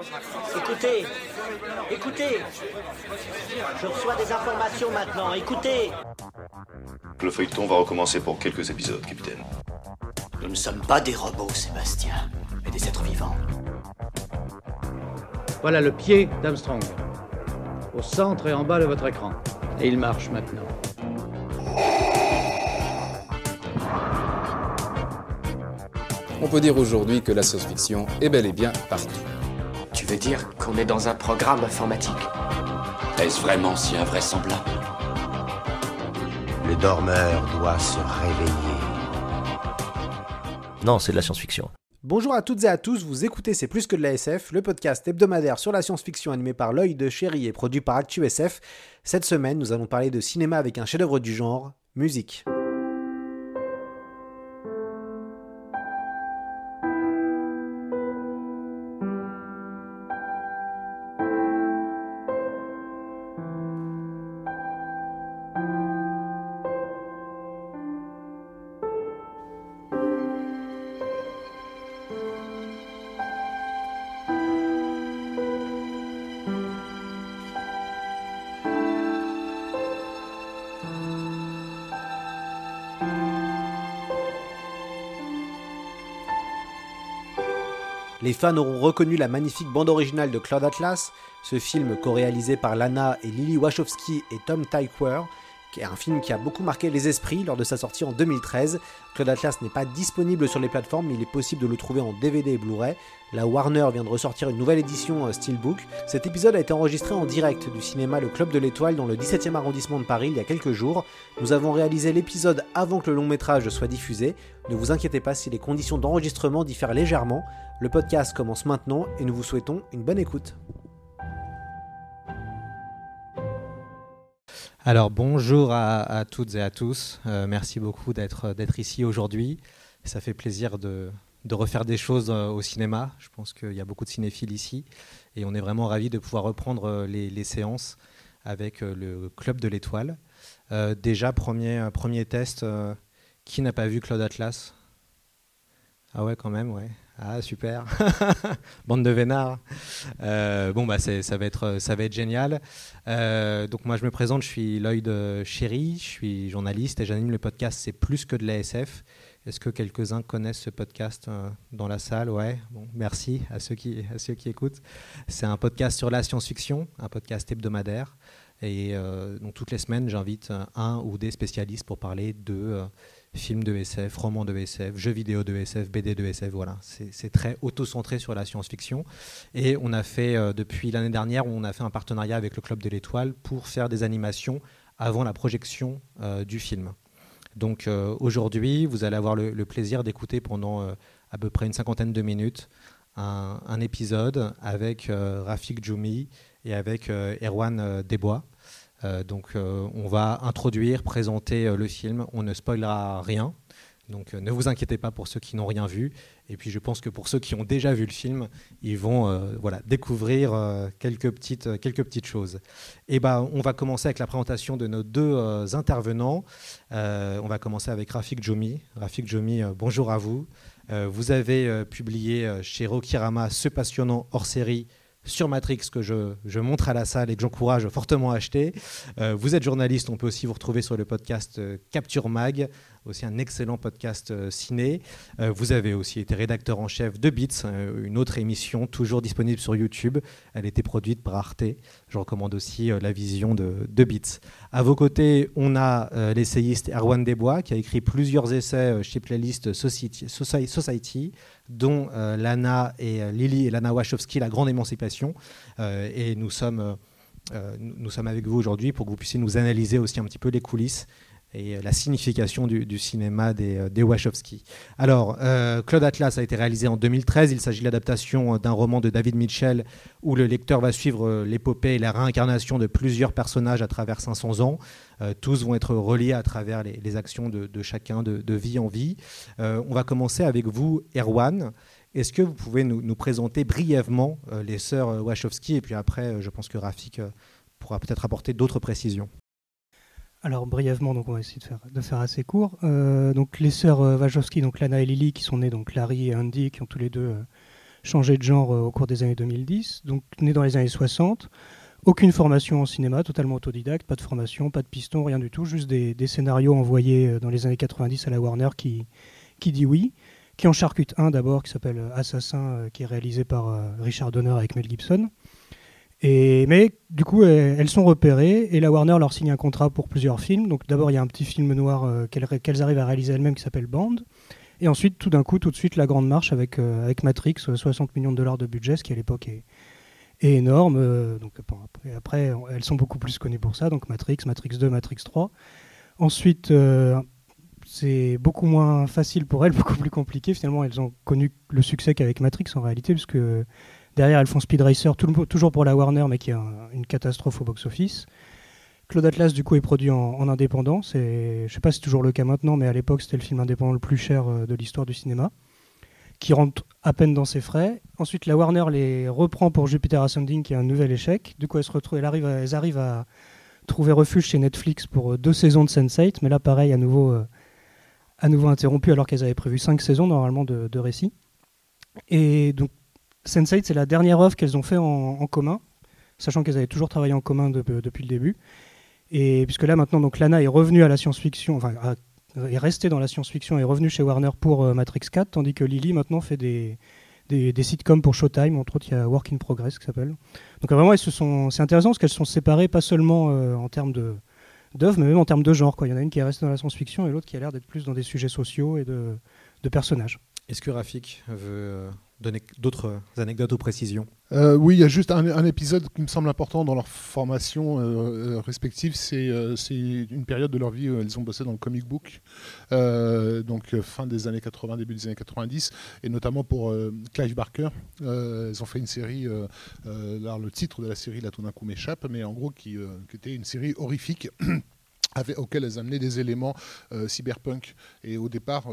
Écoutez, écoutez. Je reçois des informations maintenant, écoutez. Le feuilleton va recommencer pour quelques épisodes, capitaine. Nous ne sommes pas des robots, Sébastien, mais des êtres vivants. Voilà le pied d'Armstrong, au centre et en bas de votre écran. Et il marche maintenant. On peut dire aujourd'hui que la science-fiction est bel et bien partout. Tu veux dire qu'on est dans un programme informatique? Est-ce vraiment si invraisemblable? Le dormeur doit se réveiller. Non, c'est de la science-fiction. Bonjour à toutes et à tous, vous écoutez C'est plus que de la SF, le podcast hebdomadaire sur la science-fiction animé par L'Œil de Chéri et produit par ActuSF. Cette semaine, nous allons parler de cinéma avec un chef-d'œuvre du genre, musique. Les fans auront reconnu la magnifique bande originale de Cloud Atlas, ce film co-réalisé par Lana et Lily Wachowski et Tom Tykwer, qui est un film qui a beaucoup marqué les esprits lors de sa sortie en 2013. Cloud Atlas n'est pas disponible sur les plateformes, mais il est possible de le trouver en DVD et Blu-ray. La Warner vient de ressortir une nouvelle édition Steelbook. Cet épisode a été enregistré en direct du cinéma Le Club de l'Étoile dans le 17e arrondissement de Paris il y a quelques jours. Nous avons réalisé l'épisode avant que le long métrage soit diffusé. Ne vous inquiétez pas si les conditions d'enregistrement diffèrent légèrement. Le podcast commence maintenant et nous vous souhaitons une bonne écoute. Alors bonjour à toutes et à tous, merci beaucoup d'être ici aujourd'hui. Ça fait plaisir de refaire des choses au cinéma. Je pense qu'il y a beaucoup de cinéphiles ici et on est vraiment ravis de pouvoir reprendre les séances avec le Club de l'Étoile. Déjà, premier test, qui n'a pas vu Cloud Atlas? Ah ouais, quand même, ouais. Ah super, bande de vénards. Ça va être génial. Donc moi je me présente, je suis L'Œil de Chéri, je suis journaliste et j'anime le podcast C'est plus que de la SF. Est-ce que quelques-uns connaissent ce podcast dans la salle? Ouais, bon, merci à ceux qui écoutent. C'est un podcast sur la science-fiction, un podcast hebdomadaire. Et donc toutes les semaines, j'invite un ou des spécialistes pour parler de films de SF, romans de SF, jeux vidéo de SF, BD de SF. Voilà, c'est très auto-centré sur la science-fiction. Et on a fait, depuis l'année dernière, on a fait un partenariat avec le Club de l'Étoile pour faire des animations avant la projection du film. Donc aujourd'hui, vous allez avoir le plaisir d'écouter pendant à peu près une cinquantaine de minutes un épisode avec Rafik Djoumi et avec Erwan Desbois. On va introduire, présenter le film. On ne spoilera rien. Donc ne vous inquiétez pas pour ceux qui n'ont rien vu. Et puis je pense que pour ceux qui ont déjà vu le film, ils vont découvrir quelques petites choses. Et on va commencer avec la présentation de nos deux intervenants. On va commencer avec Rafik Djoumi. Rafik Djoumi, bonjour à vous. Vous avez publié chez Rokirama ce passionnant hors-série sur Matrix que je montre à la salle et que j'encourage fortement à acheter. Vous êtes journaliste, on peut aussi vous retrouver sur le podcast Capture Mag, aussi un excellent podcast ciné. Vous avez aussi été rédacteur en chef de Beats, une autre émission toujours disponible sur YouTube. Elle a été produite par Arte. Je recommande aussi la vision de Beats. À vos côtés, on a l'essayiste Erwan Desbois qui a écrit plusieurs essais chez Playlist Society, dont Lana et Lily et Lana Wachowski, La Grande Émancipation. Et nous sommes avec vous aujourd'hui pour que vous puissiez nous analyser aussi un petit peu les coulisses et la signification du cinéma des Wachowski. Alors, Cloud Atlas a été réalisé en 2013. Il s'agit de l'adaptation d'un roman de David Mitchell où le lecteur va suivre l'épopée et la réincarnation de plusieurs personnages à travers 500 ans. Tous vont être reliés à travers les actions de chacun de vie en vie. On va commencer avec vous, Erwan. Est-ce que vous pouvez nous présenter brièvement les sœurs Wachowski? Et puis après, je pense que Rafik pourra peut-être apporter d'autres précisions. Alors brièvement, donc on va essayer de faire assez court. Donc les sœurs Wachowski, donc Lana et Lily, qui sont nées donc Larry et Andy, qui ont tous les deux changé de genre au cours des années 2010, donc né dans les années 60. Aucune formation en cinéma, totalement autodidacte, pas de formation, pas de piston, rien du tout, juste des scénarios envoyés dans les années 90 à la Warner qui dit oui, qui en charcute un d'abord qui s'appelle Assassin, qui est réalisé par Richard Donner avec Mel Gibson. Mais du coup, elles sont repérées et la Warner leur signe un contrat pour plusieurs films. Donc d'abord, il y a un petit film noir qu'elles arrivent à réaliser elles-mêmes qui s'appelle Band. Et ensuite, tout de suite, la grande marche avec Matrix, 60 millions de dollars de budget, ce qui à l'époque est énorme. Après, elles sont beaucoup plus connues pour ça. Donc Matrix 2, Matrix 3. Ensuite, c'est beaucoup moins facile pour elles, beaucoup plus compliqué. Finalement, elles ont connu le succès qu'avec Matrix en réalité, puisque derrière, elles font Speed Racer, toujours pour la Warner, mais qui est une catastrophe au box-office. Cloud Atlas, du coup, est produit en indépendant. Je ne sais pas si c'est toujours le cas maintenant, mais à l'époque, c'était le film indépendant le plus cher de l'histoire du cinéma, qui rentre à peine dans ses frais. Ensuite, la Warner les reprend pour Jupiter Ascending, qui est un nouvel échec. Du coup, elles arrivent à trouver refuge chez Netflix pour 2 saisons de Sense8, mais là, pareil, à nouveau interrompu, alors qu'elles avaient prévu 5 saisons, normalement, de récits. Et donc, Sense8, c'est la dernière œuvre qu'elles ont fait en commun, sachant qu'elles avaient toujours travaillé en commun depuis le début. Et puisque là, maintenant, donc, Lana est revenue à la science-fiction, est restée dans la science-fiction et est revenue chez Warner pour Matrix 4, tandis que Lily, maintenant, fait des sitcoms pour Showtime. Entre autres, il y a Work in Progress qui s'appelle. Donc vraiment, c'est intéressant parce qu'elles sont séparées, pas seulement en termes d'œuvres, mais même en termes de genre, quoi. Il y en a une qui est restée dans la science-fiction et l'autre qui a l'air d'être plus dans des sujets sociaux et de personnages. Est-ce que Rafik veut donner d'autres anecdotes ou précisions ? Oui, il y a juste un épisode qui me semble important dans leur formation respective. C'est une période de leur vie où elles ont bossé dans le comic book, donc fin des années 80, début des années 90, et notamment pour Clive Barker. Elles ont fait une série, alors le titre de la série là tout d'un coup m'échappe, mais en gros qui était une série horrifique. Auxquels elles amenaient des éléments cyberpunk. Et au départ,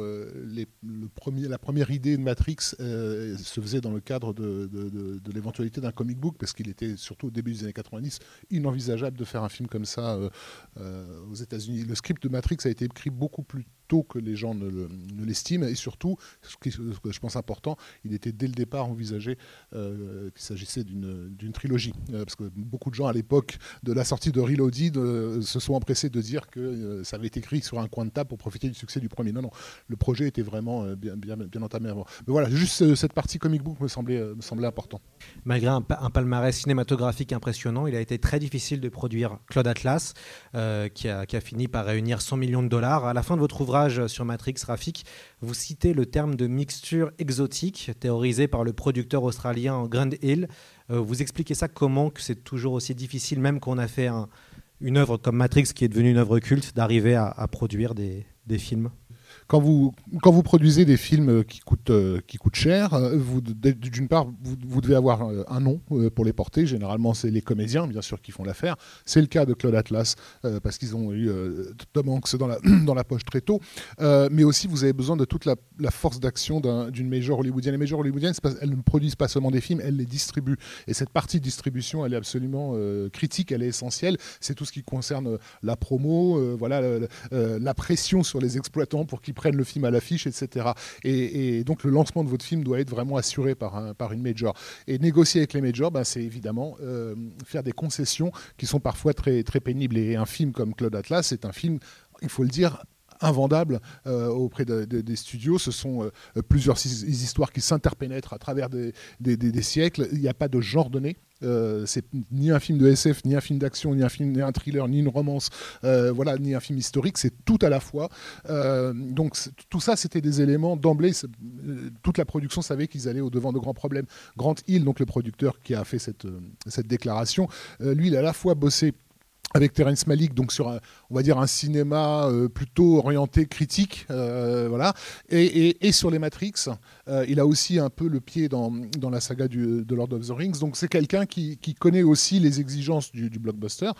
la première idée de Matrix se faisait dans le cadre de l'éventualité d'un comic book, parce qu'il était, surtout au début des années 90, inenvisageable de faire un film comme ça aux États-Unis. Le script de Matrix a été écrit beaucoup plus tôt que les gens ne l'estiment, et surtout, ce que je pense important, il était dès le départ envisagé qu'il s'agissait d'une trilogie. Parce que beaucoup de gens, à l'époque de la sortie de Reloaded, se sont empressés de dire que ça avait été écrit sur un coin de table pour profiter du succès du premier. Non, le projet était vraiment bien entamé avant. Mais voilà, juste cette partie comic book me semblait important. Malgré un palmarès cinématographique impressionnant, il a été très difficile de produire Cloud Atlas, qui a fini par réunir 100 millions de dollars. À la fin de votre ouvrage sur Matrix, Rafik, vous citez le terme de mixture exotique, théorisé par le producteur australien Grant Hill. Vous expliquez ça comment, que c'est toujours aussi difficile, même qu'on a fait une œuvre comme Matrix, qui est devenue une œuvre culte, d'arriver à produire des films ? Quand vous produisez des films qui coûtent cher, d'une part, vous devez avoir un nom pour les porter. Généralement, c'est les comédiens, bien sûr, qui font l'affaire. C'est le cas de Cloud Atlas, parce qu'ils ont eu Tom Hanks dans la poche très tôt. Mais aussi, vous avez besoin de toute la force d'action d'une major hollywoodienne. Les majors hollywoodiennes, elles ne produisent pas seulement des films, elles les distribuent. Et cette partie de distribution, elle est absolument critique, elle est essentielle. C'est tout ce qui concerne la promo, la pression sur les exploitants pour qu'ils prennent le film à l'affiche, etc. Et donc le lancement de votre film doit être vraiment assuré par une major. Et négocier avec les majors, c'est évidemment faire des concessions qui sont parfois très, très pénibles. Et un film comme Cloud Atlas, c'est un film, il faut le dire, invendable auprès des studios. Ce sont plusieurs histoires qui s'interpénètrent à travers des siècles. Il n'y a pas de genre donné. C'est ni un film de SF, ni un film d'action, ni un thriller, ni une romance, ni un film historique, c'est tout à la fois. Donc tout ça, c'était des éléments d'emblée. Toute la production savait qu'ils allaient au-devant de grands problèmes. Grant Hill, donc le producteur qui a fait cette déclaration, lui, il a à la fois bossé avec Terrence Malick, donc sur on va dire un cinéma plutôt orienté critique, et sur les Matrix, il a aussi un peu le pied dans la saga de Lord of the Rings, donc c'est quelqu'un qui connaît aussi les exigences du blockbuster,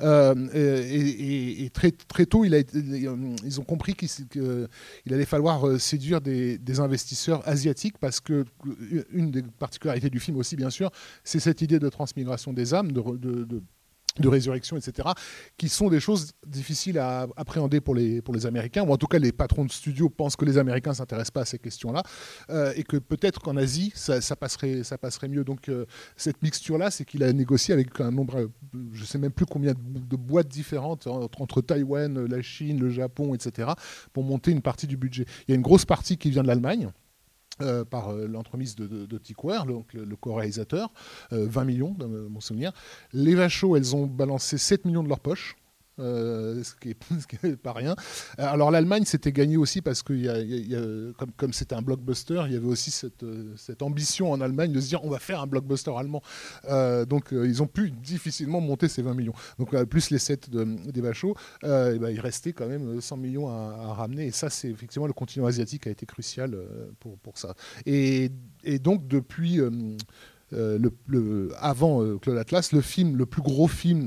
et très, très tôt ils ont compris qu'il allait falloir séduire des investisseurs asiatiques, parce que une des particularités du film aussi, bien sûr, c'est cette idée de transmigration des âmes, de résurrection, etc., qui sont des choses difficiles à appréhender pour les Américains, ou en tout cas les patrons de studio pensent que les Américains ne s'intéressent pas à ces questions-là, et que peut-être qu'en Asie, ça passerait mieux. Donc cette mixture-là, c'est qu'il a négocié avec un nombre, je ne sais même plus combien de boîtes différentes, entre Taïwan, la Chine, le Japon, etc., pour monter une partie du budget. Il y a une grosse partie qui vient de l'Allemagne, par l'entremise de Tickware, donc le co-réalisateur, 20 millions, dans mon souvenir. Les Vachos, elles ont balancé 7 millions de leur poche, ce qui est pas rien. Alors l'Allemagne s'était gagnée aussi parce que comme c'était un blockbuster, il y avait aussi cette ambition en Allemagne de se dire on va faire un blockbuster allemand. Donc ils ont pu difficilement monter ces 20 millions. Donc plus les 7 des Vachos, il restait quand même 100 millions à ramener. Et ça, c'est effectivement le continent asiatique a été crucial pour ça. Et donc depuis avant Claude Atlas, le plus gros film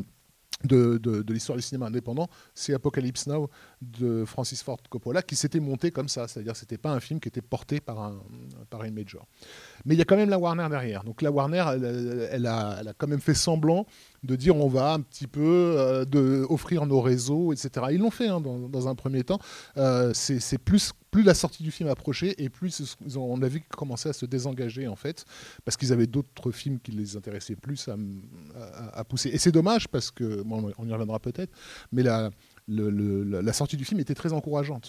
de l'histoire du cinéma indépendant, c'est Apocalypse Now de Francis Ford Coppola, qui s'était monté comme ça, c'est-à-dire que c'était pas un film qui était porté par une major. Mais il y a quand même la Warner derrière. Donc la Warner, elle a quand même fait semblant de dire on va un petit peu offrir nos réseaux, etc. Ils l'ont fait dans un premier temps. C'est plus la sortie du film approchait et plus on a vu qu'ils commençaient à se désengager en fait, parce qu'ils avaient d'autres films qui les intéressaient plus à pousser. Et c'est dommage parce que, bon, on y reviendra peut-être, mais la sortie du film était très encourageante.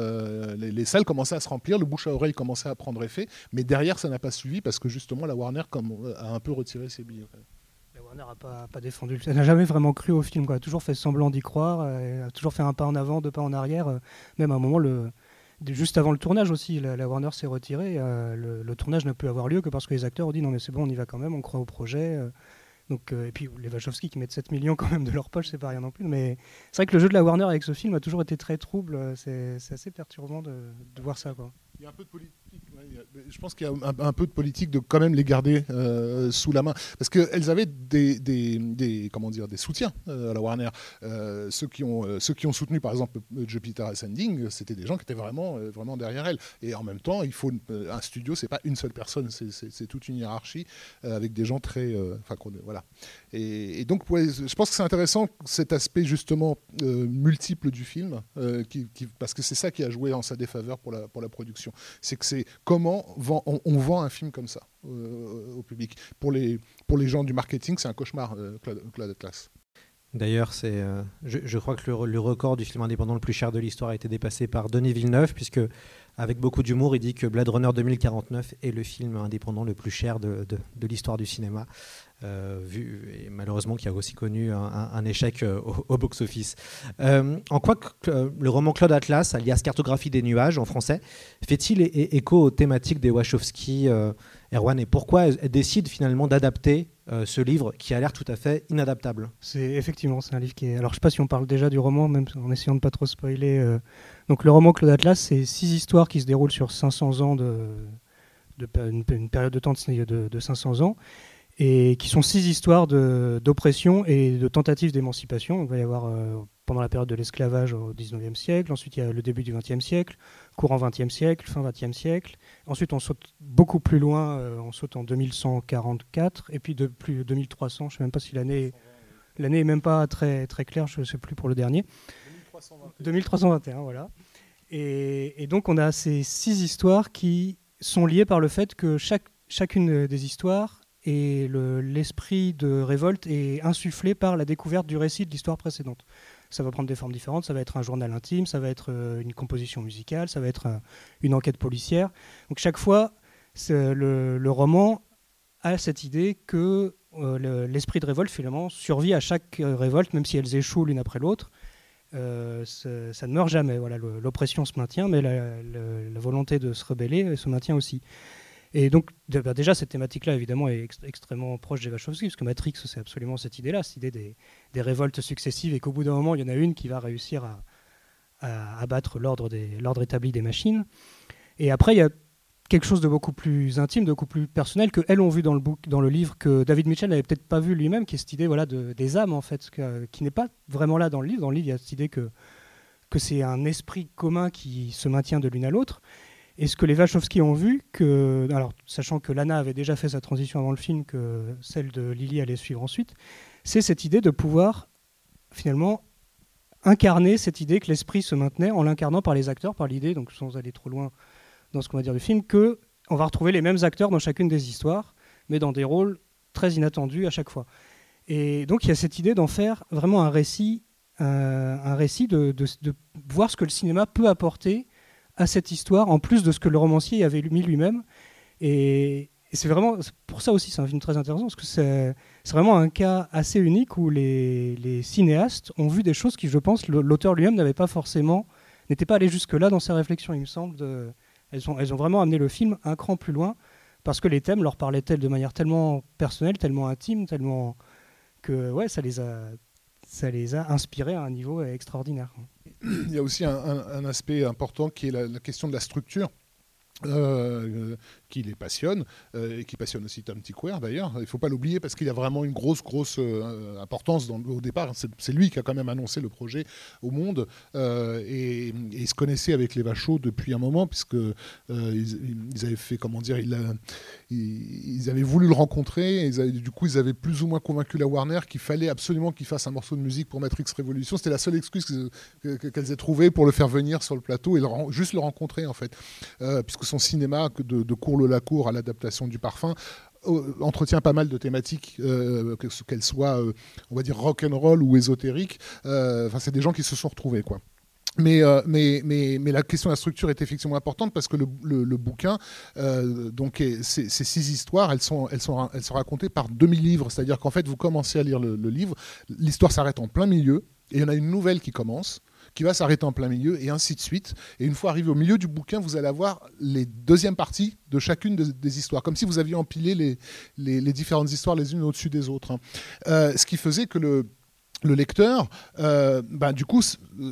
Les salles commençaient à se remplir, le bouche à oreille commençait à prendre effet, mais derrière ça n'a pas suivi parce que justement la Warner a un peu retiré ses billets. La Warner n'a pas défendu, elle n'a jamais vraiment cru au film, quoi. Elle a toujours fait semblant d'y croire, elle a toujours fait un pas en avant, 2 pas en arrière, même à un moment juste avant le tournage aussi, la Warner s'est retirée, le tournage n'a pu avoir lieu que parce que les acteurs ont dit non mais c'est bon, on y va quand même, on croit au projet. Donc, et puis les Wachowski qui mettent 7 millions quand même de leur poche, c'est pas rien non plus. Mais c'est vrai que le jeu de la Warner avec ce film a toujours été très trouble. C'est assez perturbant de voir ça, quoi. Il y a un peu de politique. Je pense qu'il y a un peu de politique de quand même les garder sous la main, parce qu'elles avaient des soutiens à la Warner. Ceux qui ont soutenu par exemple Jupiter Ascending, c'était des gens qui étaient vraiment derrière elle. Et en même temps, il faut un studio, c'est pas une seule personne, c'est toute une hiérarchie avec des gens très, voilà. Et donc, je pense que c'est intéressant cet aspect justement multiple du film, parce que c'est ça qui a joué en sa défaveur pour la production. C'est que c'est comment on vend un film comme ça au public. Pour les gens du marketing, c'est un cauchemar, Claude Atlas. D'ailleurs, je crois que le record du film indépendant le plus cher de l'histoire a été dépassé par Denis Villeneuve, puisque, avec beaucoup d'humour, il dit que Blade Runner 2049 est le film indépendant le plus cher de l'histoire du cinéma, et malheureusement qui a aussi connu un échec au box-office. En quoi le roman Claude Atlas, alias Cartographie des nuages en français, fait-il écho aux thématiques des Wachowski, Erwan, et pourquoi elle décide finalement d'adapter ce livre qui a l'air tout à fait inadaptable? Effectivement, c'est un livre qui est... Alors je ne sais pas si on parle déjà du roman, même en essayant de ne pas trop spoiler. Donc le roman Claude Atlas, c'est 6 histoires qui se déroulent sur 500 ans, une période de temps de 500 ans, et qui sont 6 histoires d'oppression et de tentatives d'émancipation. Il va y avoir pendant la période de l'esclavage au XIXe siècle, ensuite il y a le début du XXe siècle, courant XXe siècle, fin XXe siècle. Ensuite on saute beaucoup plus loin, on saute en 2144, et puis depuis 2300, je ne sais même pas si l'année est même pas très, très claire, je ne sais plus pour le dernier. 2321, voilà. Et donc on a ces 6 histoires qui sont liées par le fait que chacune des histoires et l'esprit de révolte est insufflé par la découverte du récit de l'histoire précédente. Ça va prendre des formes différentes, ça va être un journal intime, ça va être une composition musicale, ça va être une enquête policière. Donc chaque fois, le roman a cette idée que l'esprit de révolte finalement survit à chaque révolte, même si elles échouent l'une après l'autre. Ça ne meurt jamais. Voilà, l'oppression se maintient, mais la volonté de se rebeller se maintient aussi. Et donc, déjà, cette thématique-là, évidemment, est extrêmement proche des Wachowski, parce que Matrix, c'est absolument cette idée-là, cette idée des révoltes successives, et qu'au bout d'un moment, il y en a une qui va réussir à abattre l'ordre établi des machines. Et après, il y a quelque chose de beaucoup plus intime, de beaucoup plus personnel, qu'elles ont vu dans le livre, que David Mitchell n'avait peut-être pas vu lui-même, qui est cette idée des âmes, en fait, qui n'est pas vraiment là dans le livre. Dans le livre, il y a cette idée que c'est un esprit commun qui se maintient de l'une à l'autre. Et ce que les Wachowski ont vu, alors, sachant que Lana avait déjà fait sa transition avant le film, que celle de Lily allait suivre ensuite, c'est cette idée de pouvoir finalement incarner cette idée que l'esprit se maintenait en l'incarnant par les acteurs, par l'idée, donc sans aller trop loin dans ce qu'on va dire du film, qu'on va retrouver les mêmes acteurs dans chacune des histoires, mais dans des rôles très inattendus à chaque fois. Et donc il y a cette idée d'en faire vraiment un récit de voir ce que le cinéma peut apporter à cette histoire, en plus de ce que le romancier avait mis lui-même. Et c'est vraiment, pour ça aussi, c'est un film très intéressant, parce que c'est vraiment un cas assez unique où les cinéastes ont vu des choses qui, je pense, l'auteur lui-même n'avait pas forcément, n'était pas allé jusque-là dans ses réflexions, il me semble. Elles ont vraiment amené le film un cran plus loin, parce que les thèmes leur parlaient de manière tellement personnelle, tellement intime, tellement que ouais, ça les a inspirés à un niveau extraordinaire. Il y a aussi un aspect important qui est la question de la structure. Qui les passionne et qui passionne aussi Tom Tykwer d'ailleurs. Il ne faut pas l'oublier parce qu'il y a vraiment une grosse importance au départ. C'est lui qui a quand même annoncé le projet au monde et il se connaissait avec les Vachos depuis un moment puisque ils avaient fait, comment dire, ils avaient voulu le rencontrer et du coup ils avaient plus ou moins convaincu la Warner qu'il fallait absolument qu'il fasse un morceau de musique pour Matrix Révolution. C'était la seule excuse qu'elles aient trouvée pour le faire venir sur le plateau et juste le rencontrer en fait, puisque son cinéma de Cour-le-Lacour à l'adaptation du Parfum entretient pas mal de thématiques, qu'elles soient, on va dire, rock'n'roll ou ésotériques. C'est des gens qui se sont retrouvés, quoi. Mais la question de la structure est effectivement importante parce que le bouquin, donc ces 6 histoires, elles sont racontées par demi-livres. C'est-à-dire qu'en fait, vous commencez à lire le livre, l'histoire s'arrête en plein milieu, et il y en a une nouvelle qui commence, qui va s'arrêter en plein milieu, et ainsi de suite. Et une fois arrivé au milieu du bouquin, vous allez avoir les deuxièmes parties de chacune des histoires, comme si vous aviez empilé les différentes histoires les unes au-dessus des autres. Ce qui faisait que le lecteur, du coup,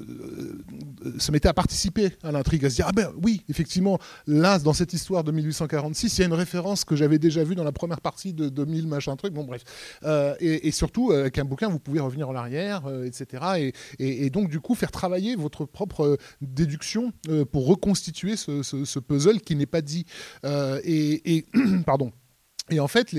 se mettait à participer à l'intrigue, à se dire « Ah ben oui, effectivement, là, dans cette histoire de 1846, il y a une référence que j'avais déjà vue dans la première partie de 2000, machin truc. » Bon, bref. Et surtout, avec un bouquin, vous pouvez revenir en arrière, etc. Et donc, du coup, faire travailler votre propre déduction pour reconstituer ce puzzle qui n'est pas dit. Pardon. Et en fait,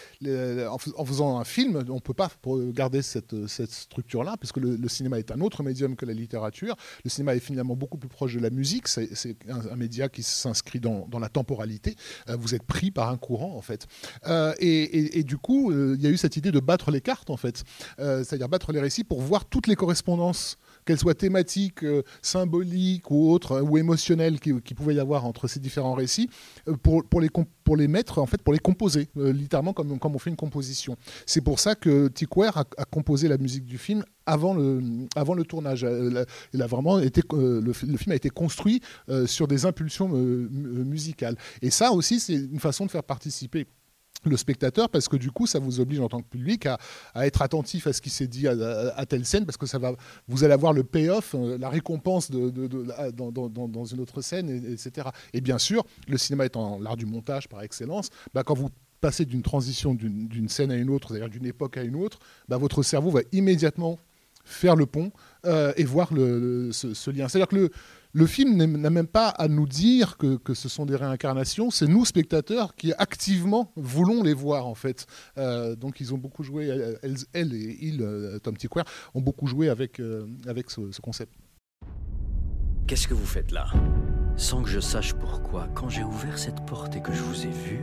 en faisant un film, on ne peut pas garder cette structure-là, puisque le cinéma est un autre médium que la littérature. Le cinéma est finalement beaucoup plus proche de la musique. C'est un média qui s'inscrit dans la temporalité. Vous êtes pris par un courant, en fait. Et du coup, il y a eu cette idée de battre les cartes, en fait. C'est-à-dire battre les récits pour voir toutes les correspondances, qu'elles soient thématiques, symboliques ou autres, ou émotionnelles qui pouvait y avoir entre ces différents récits, pour les mettre, en fait, pour les composer, littéralement comme on fait une composition. C'est pour ça que Tykwer a composé la musique du film avant le tournage. Il a vraiment été, le film a été construit sur des impulsions musicales. Et ça aussi, c'est une façon de faire participer le spectateur, parce que du coup ça vous oblige en tant que public à être attentif à ce qui s'est dit à telle scène, parce que vous allez avoir le payoff, la récompense dans une autre scène, etc. Et bien sûr, le cinéma étant l'art du montage par excellence, quand vous passez d'une transition d'une scène à une autre, c'est-à-dire d'une époque à une autre, votre cerveau va immédiatement faire le pont et voir ce lien. C'est-à-dire que le film n'a même pas à nous dire que ce sont des réincarnations, c'est nous, spectateurs, qui activement voulons les voir, en fait. Donc ils ont beaucoup joué, elle et il, Tom Tykwer, ont beaucoup joué avec ce concept. Qu'est-ce que vous faites là? Sans que je sache pourquoi, quand j'ai ouvert cette porte et que je vous ai vu...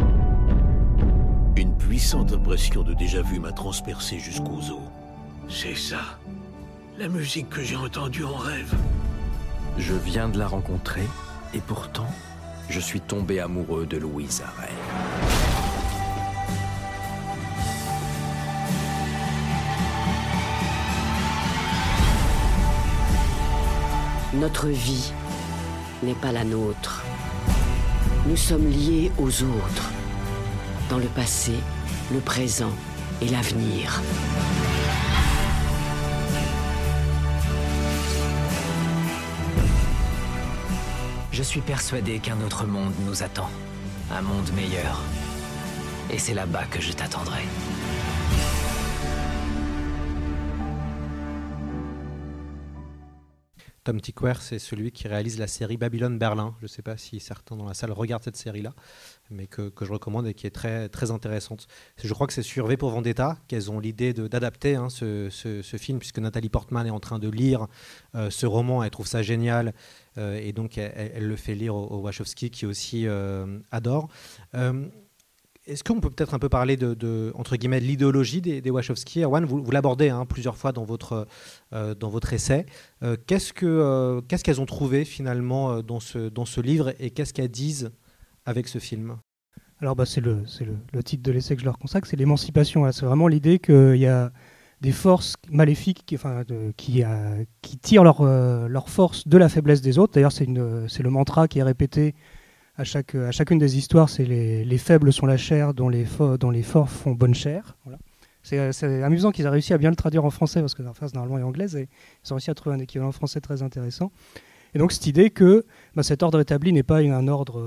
Une puissante impression de déjà-vu m'a transpercé jusqu'aux os. C'est ça, la musique que j'ai entendue en rêve. Je viens de la rencontrer, et pourtant, je suis tombé amoureux de Louise Arrey. Notre vie n'est pas la nôtre. Nous sommes liés aux autres, dans le passé, le présent et l'avenir. Je suis persuadé qu'un autre monde nous attend. Un monde meilleur. Et c'est là-bas que je t'attendrai. Tom Tykwer, c'est celui qui réalise la série Babylone Berlin. Je ne sais pas si certains dans la salle regardent cette série-là, mais que je recommande et qui est très, très intéressante. Je crois que c'est sur V pour Vendetta qu'elles ont l'idée d'adapter ce film, puisque Nathalie Portman est en train de lire ce roman, elle trouve ça génial, et donc elle le fait lire au Wachowski, qui aussi adore. Est-ce qu'on peut peut-être un peu parler entre guillemets, de l'idéologie des Wachowski? Erwan, vous l'abordez plusieurs fois dans votre essai. Qu'est-ce qu'elles ont trouvé finalement dans ce livre, et qu'est-ce qu'elles disent avec ce film? Alors c'est le titre de l'essai que je leur consacre, c'est l'émancipation. C'est vraiment l'idée qu'il y a des forces maléfiques qui tirent leur force de la faiblesse des autres. D'ailleurs, c'est le mantra qui est répété à chacune des histoires, c'est les faibles sont la chair, dont les forts font bonne chair. Voilà. C'est amusant qu'ils aient réussi à bien le traduire en français, parce que l'interface normalement est anglaise, et ils ont réussi à trouver un équivalent français très intéressant. Et donc cette idée que cet ordre établi n'est pas un ordre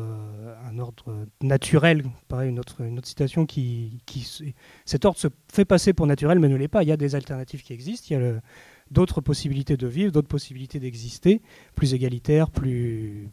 naturel. Pareil, une autre citation cet ordre se fait passer pour naturel, mais ne l'est pas. Il y a des alternatives qui existent, il y a d'autres possibilités de vivre, d'autres possibilités d'exister, plus égalitaires, plus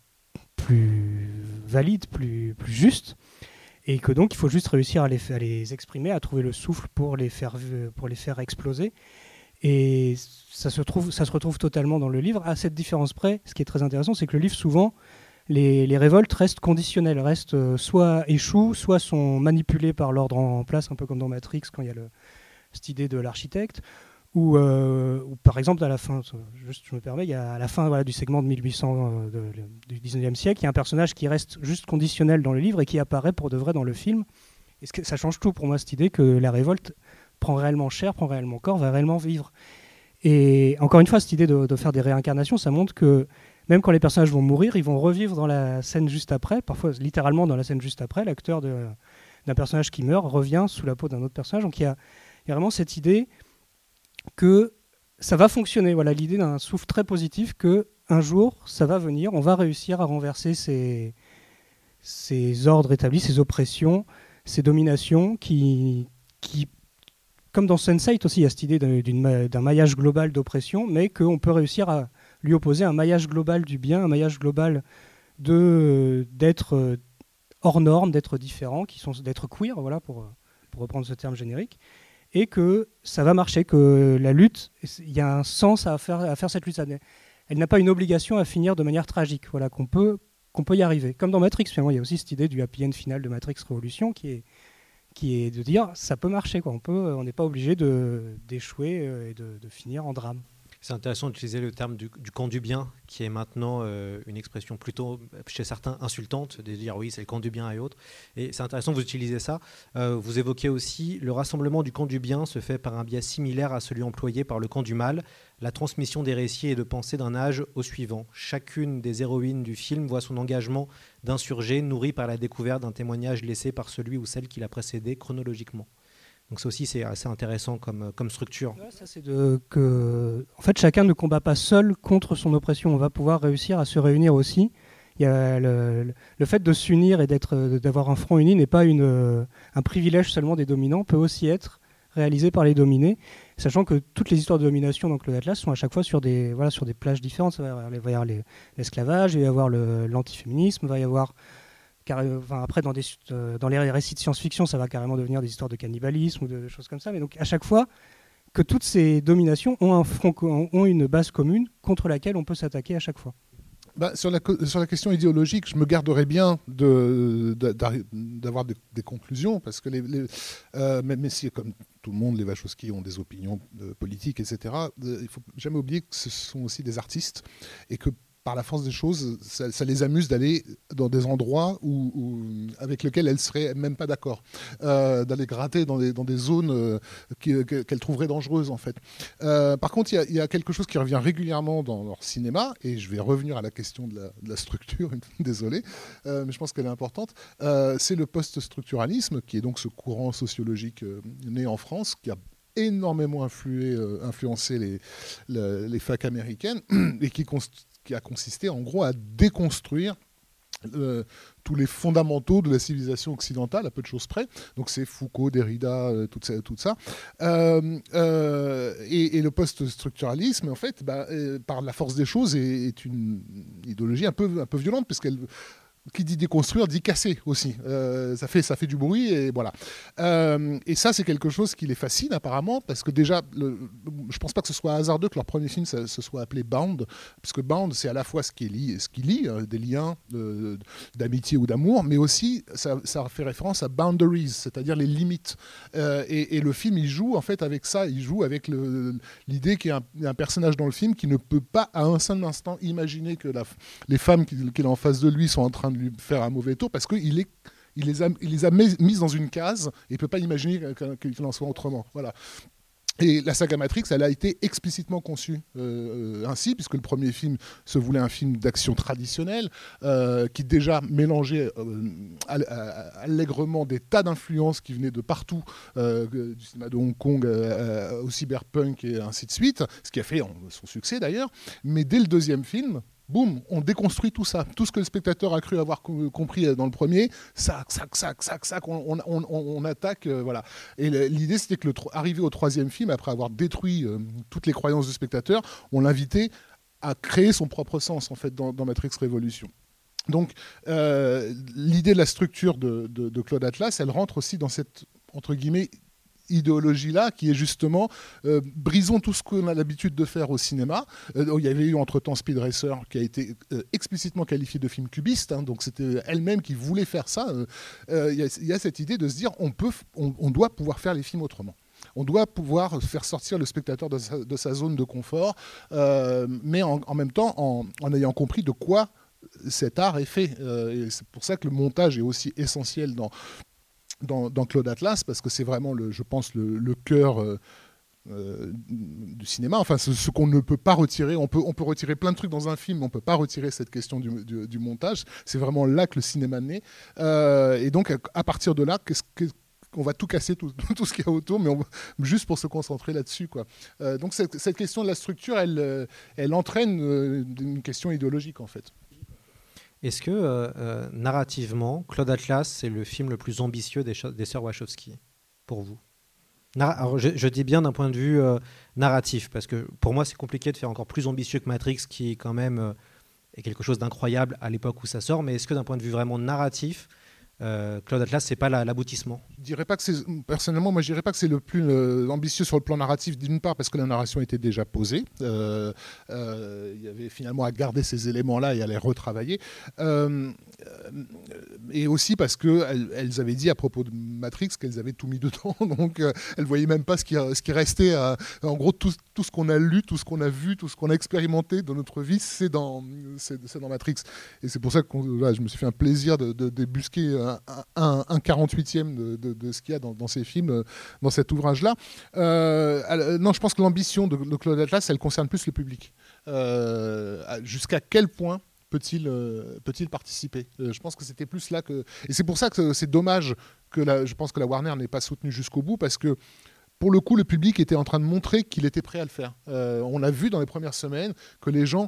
valides, plus justes, et que donc il faut juste réussir à les exprimer, à trouver le souffle pour les faire exploser. Et ça se retrouve totalement dans le livre. À cette différence près, ce qui est très intéressant, c'est que le livre, souvent, les révoltes restent conditionnelles, soit échouent, soit sont manipulées par l'ordre en place, un peu comme dans Matrix, quand il y a cette idée de l'architecte. Ou par exemple, à la fin, je me permets, il y a à la fin du segment de 1800 du 19e siècle, il y a un personnage qui reste juste conditionnel dans le livre et qui apparaît pour de vrai dans le film. Et ça change tout pour moi, cette idée que la révolte prend réellement chair, prend réellement corps, va réellement vivre. Et encore une fois, cette idée de faire des réincarnations, ça montre que même quand les personnages vont mourir, ils vont revivre dans la scène juste après, parfois littéralement dans la scène juste après. L'acteur d'un personnage qui meurt revient sous la peau d'un autre personnage. Donc il y a vraiment cette idée que ça va fonctionner. Voilà, l'idée d'un souffle très positif que un jour, ça va venir, on va réussir à renverser ces ordres établis, ces oppressions, ces dominations qui comme dans Sense8 aussi, il y a cette idée d'un maillage global d'oppression, mais qu'on peut réussir à lui opposer un maillage global du bien, un maillage global d'être hors norme, d'être différent, d'être queer, voilà, pour reprendre ce terme générique. Et que ça va marcher, que la lutte, il y a un sens à faire cette lutte. Elle n'a pas une obligation à finir de manière tragique, voilà, qu'on peut y arriver. Comme dans Matrix, finalement, il y a aussi cette idée du happy end final de Matrix Révolution qui est de dire ça peut marcher, quoi. On n'est pas obligé d'échouer et de finir en drame. C'est intéressant d'utiliser le terme du camp du bien, qui est maintenant une expression plutôt, chez certains, insultante, de dire oui, c'est le camp du bien et autres. Et c'est intéressant que vous utilisez ça. Vous évoquez aussi le rassemblement du camp du bien se fait par un biais similaire à celui employé par le camp du mal, la transmission des récits et de pensées d'un âge au suivant. Chacune des héroïnes du film voit son engagement d'insurgé nourri par la découverte d'un témoignage laissé par celui ou celle qui l'a précédé chronologiquement. Donc ça aussi, c'est assez intéressant comme structure. Ouais, ça, c'est en fait, chacun ne combat pas seul contre son oppression. On va pouvoir réussir à se réunir aussi. Il y a le fait de s'unir et d'avoir un front uni n'est pas un privilège seulement des dominants, peut aussi être réalisé par les dominés, sachant que toutes les histoires de domination dans Claude Atlas sont à chaque fois sur des plages différentes. Il va y avoir l'esclavage, il va y avoir l'antiféminisme, il va y avoir... après, dans les récits de science-fiction, ça va carrément devenir des histoires de cannibalisme ou de choses comme ça. Mais donc, à chaque fois que toutes ces dominations ont une base commune contre laquelle on peut s'attaquer à chaque fois. Sur la question idéologique, je me garderais bien d'avoir des conclusions, parce que même si, comme tout le monde, les Wachowski ont des opinions politiques, etc., il ne faut jamais oublier que ce sont aussi des artistes, et que par la force des choses, ça les amuse d'aller dans des endroits avec lesquels elles ne seraient même pas d'accord, d'aller gratter dans des zones qu'elles trouveraient dangereuses, en fait. Par contre, il y a quelque chose qui revient régulièrement dans leur cinéma, et je vais revenir à la question de la structure, désolé, mais je pense qu'elle est importante. C'est le post-structuralisme, qui est donc ce courant sociologique né en France, qui a énormément influencé les facs américaines, et qui a consisté en gros à déconstruire tous les fondamentaux de la civilisation occidentale, à peu de choses près. Donc c'est Foucault, Derrida, tout ça. Et le post-structuralisme, en fait, par la force des choses, est une idéologie un peu violente, puisqu'elle... Qui dit déconstruire dit casser aussi. Ça fait du bruit et voilà. Et ça, c'est quelque chose qui les fascine apparemment, parce que déjà, je pense pas que ce soit hasardeux que leur premier film se soit appelé Bound, puisque Bound, c'est à la fois ce qui lie des liens d'amitié ou d'amour, mais aussi ça fait référence à boundaries, c'est-à-dire les limites. Et le film, il joue en fait avec ça. Il joue avec l'idée qu'il y a un personnage dans le film qui ne peut pas à un seul instant imaginer que les femmes qu'il a en face de lui sont en train de lui faire un mauvais tour, parce qu'il les a mises dans une case et il ne peut pas imaginer qu'il en soit autrement. Voilà. Et la saga Matrix, elle a été explicitement conçue ainsi, puisque le premier film se voulait un film d'action traditionnel, qui déjà mélangeait allègrement des tas d'influences qui venaient de partout, du cinéma de Hong Kong au cyberpunk et ainsi de suite, ce qui a fait son succès d'ailleurs. Mais dès le deuxième film, boum, on déconstruit tout ça. Tout ce que le spectateur a cru avoir compris dans le premier, on attaque. Voilà. Et l'idée, c'était que arrivé au troisième film, après avoir détruit toutes les croyances du spectateur, on l'invitait à créer son propre sens, en fait, dans Matrix Révolution. Donc, l'idée de la structure de Claude Atlas, elle rentre aussi dans cette, entre guillemets, idéologie-là, qui est justement brisons tout ce qu'on a l'habitude de faire au cinéma. Il y avait eu entre-temps Speed Racer, qui a été explicitement qualifié de film cubiste, donc c'était elle-même qui voulait faire ça. Il y a cette idée de se dire on doit pouvoir faire les films autrement. On doit pouvoir faire sortir le spectateur de sa zone de confort, mais en même temps en ayant compris de quoi cet art est fait. Et c'est pour ça que le montage est aussi essentiel dans Claude Atlas, parce que c'est vraiment, je pense, le cœur du cinéma. Enfin, ce qu'on ne peut pas retirer. On peut retirer plein de trucs dans un film, mais on ne peut pas retirer cette question du montage. C'est vraiment là que le cinéma naît. Et donc, à partir de là, on va tout casser, tout ce qu'il y a autour, mais juste pour se concentrer là-dessus, quoi. Donc, cette question de la structure, elle entraîne une question idéologique, en fait. Est-ce que, narrativement, Claude Atlas, c'est le film le plus ambitieux des sœurs Wachowski, pour vous ? Alors, je dis bien d'un point de vue narratif, parce que pour moi, c'est compliqué de faire encore plus ambitieux que Matrix, qui est quand même est quelque chose d'incroyable à l'époque où ça sort, mais est-ce que d'un point de vue vraiment narratif, Claude Atlas, c'est pas l'aboutissement? Personnellement, moi, je dirais pas que c'est le plus ambitieux sur le plan narratif, d'une part parce que la narration était déjà posée. Il y avait finalement à garder ces éléments-là et à les retravailler. Et aussi parce qu'elles avaient dit à propos de Matrix qu'elles avaient tout mis dedans, donc elles voyaient même pas ce qui restait. En gros, tout ce qu'on a lu, tout ce qu'on a vu, tout ce qu'on a expérimenté dans notre vie, c'est dans Matrix. Et c'est pour ça que je me suis fait un plaisir de débusquer un 48e de ce qu'il y a dans ces films, dans cet ouvrage-là. Non, je pense que l'ambition de Claude Atlas, elle concerne plus le public. Jusqu'à quel point peut-il participer ? Je pense que c'était plus là que... Et c'est pour ça que c'est dommage que je pense que la Warner n'ait pas soutenu jusqu'au bout, parce que pour le coup, le public était en train de montrer qu'il était prêt à le faire. On a vu dans les premières semaines que les gens...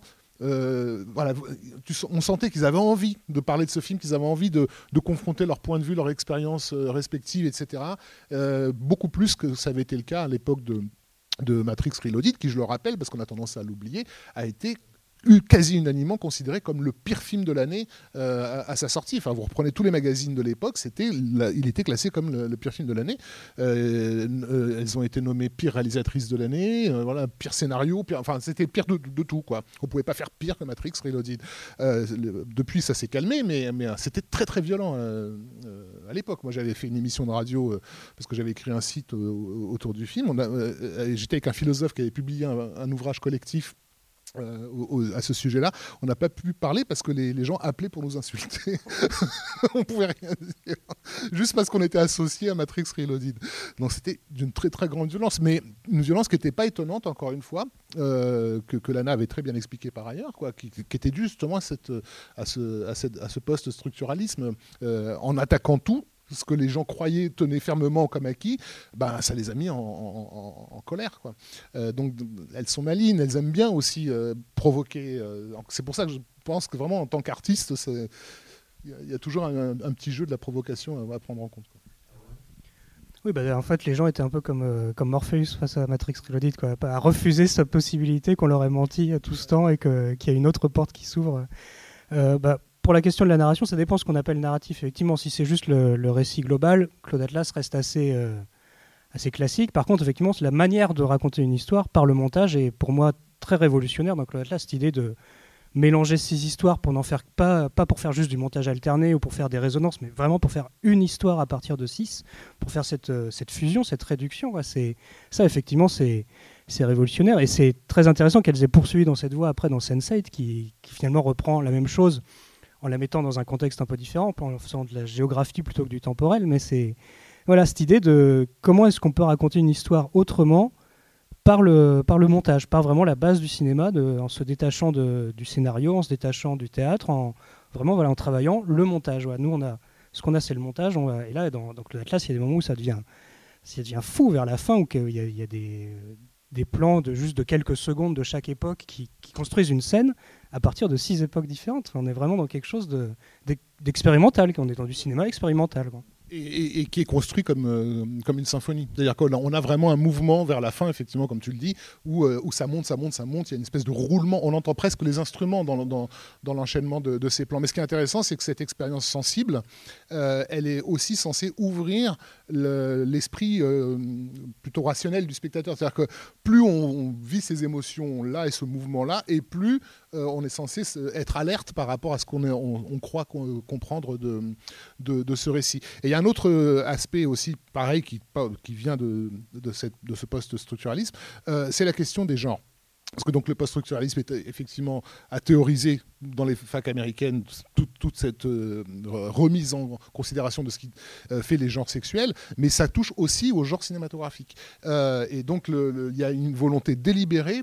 on sentait qu'ils avaient envie de parler de ce film, qu'ils avaient envie de confronter leur point de vue, leur expérience respective, etc. Beaucoup plus que ça avait été le cas à l'époque de Matrix Reloaded, qui, je le rappelle, parce qu'on a tendance à l'oublier, a été quasi unanimement considéré comme le pire film de l'année à sa sortie. Enfin, vous reprenez tous les magazines de l'époque, il était classé comme le pire film de l'année. Elles ont été nommées pire réalisatrice de l'année, pire scénario, enfin c'était pire de tout, quoi. On pouvait pas faire pire que Matrix Reloaded. Depuis, ça s'est calmé, mais c'était très très violent à l'époque. Moi, j'avais fait une émission de radio parce que j'avais écrit un site autour du film. J'étais avec un philosophe qui avait publié un ouvrage collectif à ce sujet-là. On n'a pas pu parler parce que les gens appelaient pour nous insulter. On pouvait rien dire, juste parce qu'on était associés à Matrix Reloaded. Donc c'était d'une très très grande violence, mais une violence qui n'était pas étonnante, encore une fois, que Lana avait très bien expliqué par ailleurs, quoi, qui était due justement à ce post-structuralisme, en attaquant tout. Ce que les gens croyaient, tenaient fermement comme acquis, ça les a mis en colère, quoi. Donc elles sont malines, elles aiment bien aussi provoquer. C'est pour ça que je pense que vraiment en tant qu'artiste, Il y a toujours un petit jeu de la provocation à prendre en compte, quoi. Oui, en fait, les gens étaient un peu comme Morpheus face à Matrix Reloaded, quoi, à refuser cette possibilité qu'on leur ait menti à tout ce temps et qu'il y a une autre porte qui s'ouvre. Pour la question de la narration, ça dépend de ce qu'on appelle narratif. Effectivement, si c'est juste le récit global, Claude Atlas reste assez classique. Par contre, effectivement, la manière de raconter une histoire par le montage est pour moi très révolutionnaire dans Claude Atlas, cette idée de mélanger ces histoires pour n'en faire pas pour faire juste du montage alterné ou pour faire des résonances, mais vraiment pour faire une histoire à partir de 6, pour faire cette fusion, cette réduction. Ça, effectivement, c'est révolutionnaire. Et c'est très intéressant qu'elles aient poursuivi dans cette voie après dans Sense8, qui finalement reprend la même chose en la mettant dans un contexte un peu différent, en faisant de la géographie plutôt que du temporel. Mais c'est cette idée de comment est-ce qu'on peut raconter une histoire autrement par le montage, par vraiment la base du cinéma, en se détachant du scénario, en se détachant du théâtre, en travaillant le montage. Nous, ce qu'on a, c'est le montage. Et là, dans Claude Atlas, il y a des moments où ça devient fou vers la fin, où il y a des plans de quelques secondes de chaque époque qui construisent une scène à partir de 6 époques différentes. On est vraiment dans quelque chose d'expérimental, on est dans du cinéma expérimental, quoi. Et qui est construit comme une symphonie. C'est-à-dire qu'on a vraiment un mouvement vers la fin, effectivement, comme tu le dis, où ça monte, il y a une espèce de roulement, on entend presque les instruments dans l'enchaînement de ces plans. Mais ce qui est intéressant, c'est que cette expérience sensible, elle est aussi censée ouvrir l'esprit plutôt rationnel du spectateur. C'est-à-dire que plus on vit ces émotions-là et ce mouvement-là, et plus on est censé être alerte par rapport à ce qu'on croit comprendre de ce récit. Et il y a un autre aspect aussi, pareil, qui vient de ce post-structuralisme, c'est la question des genres. Parce que donc le post-structuralisme effectivement a théorisé dans les facs américaines toute cette remise en considération de ce qui fait les genres sexuels, mais ça touche aussi au genre cinématographique. Et donc il y a une volonté délibérée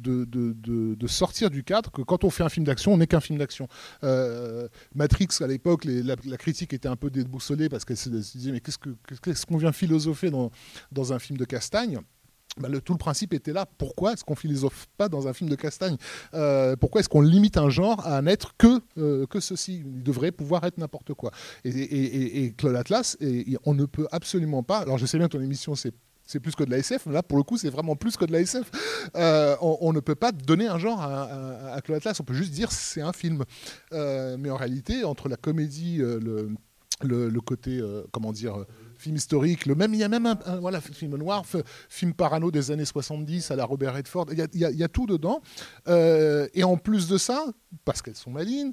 de sortir du cadre, que quand on fait un film d'action, on n'est qu'un film d'action. Matrix, à l'époque, la critique était un peu déboussolée parce qu'elle se disait mais qu'est-ce qu'on vient philosopher dans un film de Castagne ? Tout le principe était là. Pourquoi est-ce qu'on ne philosophe pas dans un film de Castagne ? Pourquoi est-ce qu'on limite un genre à n'être que ceci ? Il devrait pouvoir être n'importe quoi. Et Claude Atlas, on ne peut absolument pas... Alors je sais bien que ton émission, c'est plus que de la SF, mais là, pour le coup, c'est vraiment plus que de la SF. On ne peut pas donner un genre à Claude Atlas. On peut juste dire c'est un film. Mais en réalité, entre la comédie, le côté, film historique, il y a même un film noir, film parano des années 70 à la Robert Redford, il y a tout dedans. Et en plus de ça, parce qu'elles sont malines,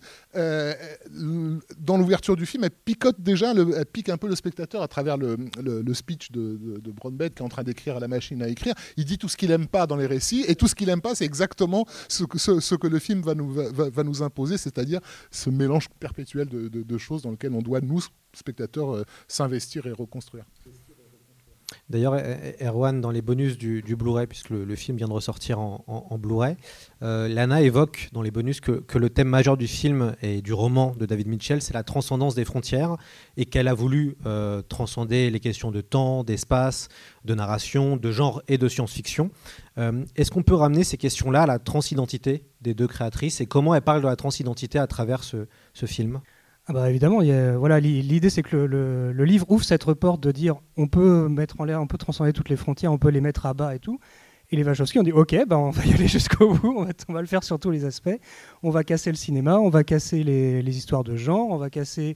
dans l'ouverture du film, elle pique un peu le spectateur à travers le speech de Brownback qui est en train d'écrire à la machine à écrire. Il dit tout ce qu'il n'aime pas dans les récits, et tout ce qu'il n'aime pas, c'est exactement ce que le film va nous imposer, c'est-à-dire ce mélange perpétuel de choses dans lequel on doit, nous, spectateurs, s'investir et reconstruire. D'ailleurs, Erwan, dans les bonus du Blu-ray, puisque le film vient de ressortir en Blu-ray, Lana évoque dans les bonus que le thème majeur du film et du roman de David Mitchell, c'est la transcendance des frontières, et qu'elle a voulu transcender les questions de temps, d'espace, de narration, de genre et de science-fiction. Est-ce qu'on peut ramener ces questions-là à la transidentité des deux créatrices, et comment elles parlent de la transidentité à travers ce film ? Évidemment, l'idée c'est que le livre ouvre cette porte de dire on peut mettre en l'air, on peut transcender toutes les frontières, on peut les mettre à bas et tout. Et les Wachowski ont dit ok, on va y aller jusqu'au bout, on va le faire sur tous les aspects. On va casser le cinéma, on va casser les histoires de genre, on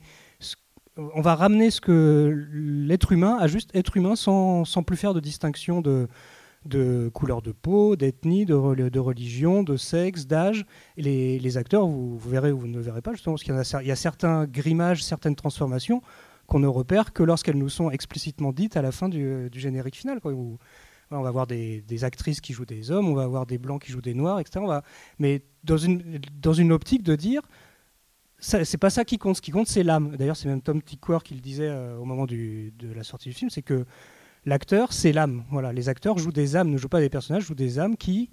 va ramener ce que l'être humain a juste être humain sans plus faire de distinction de couleur de peau, d'ethnie, de religion, de sexe, d'âge. Et les acteurs, vous verrez ou vous ne le verrez pas, justement, parce qu'il y a certains grimages, certaines transformations qu'on ne repère que lorsqu'elles nous sont explicitement dites à la fin du générique final, quoi, où on va avoir des actrices qui jouent des hommes, on va avoir des blancs qui jouent des noirs, etc. Mais dans une optique de dire... c'est pas ça qui compte, ce qui compte c'est l'âme. D'ailleurs c'est même Tom Tykwer qui le disait au moment de la sortie du film, c'est que l'acteur, c'est l'âme. Voilà, les acteurs jouent des âmes, ne jouent pas des personnages, jouent des âmes qui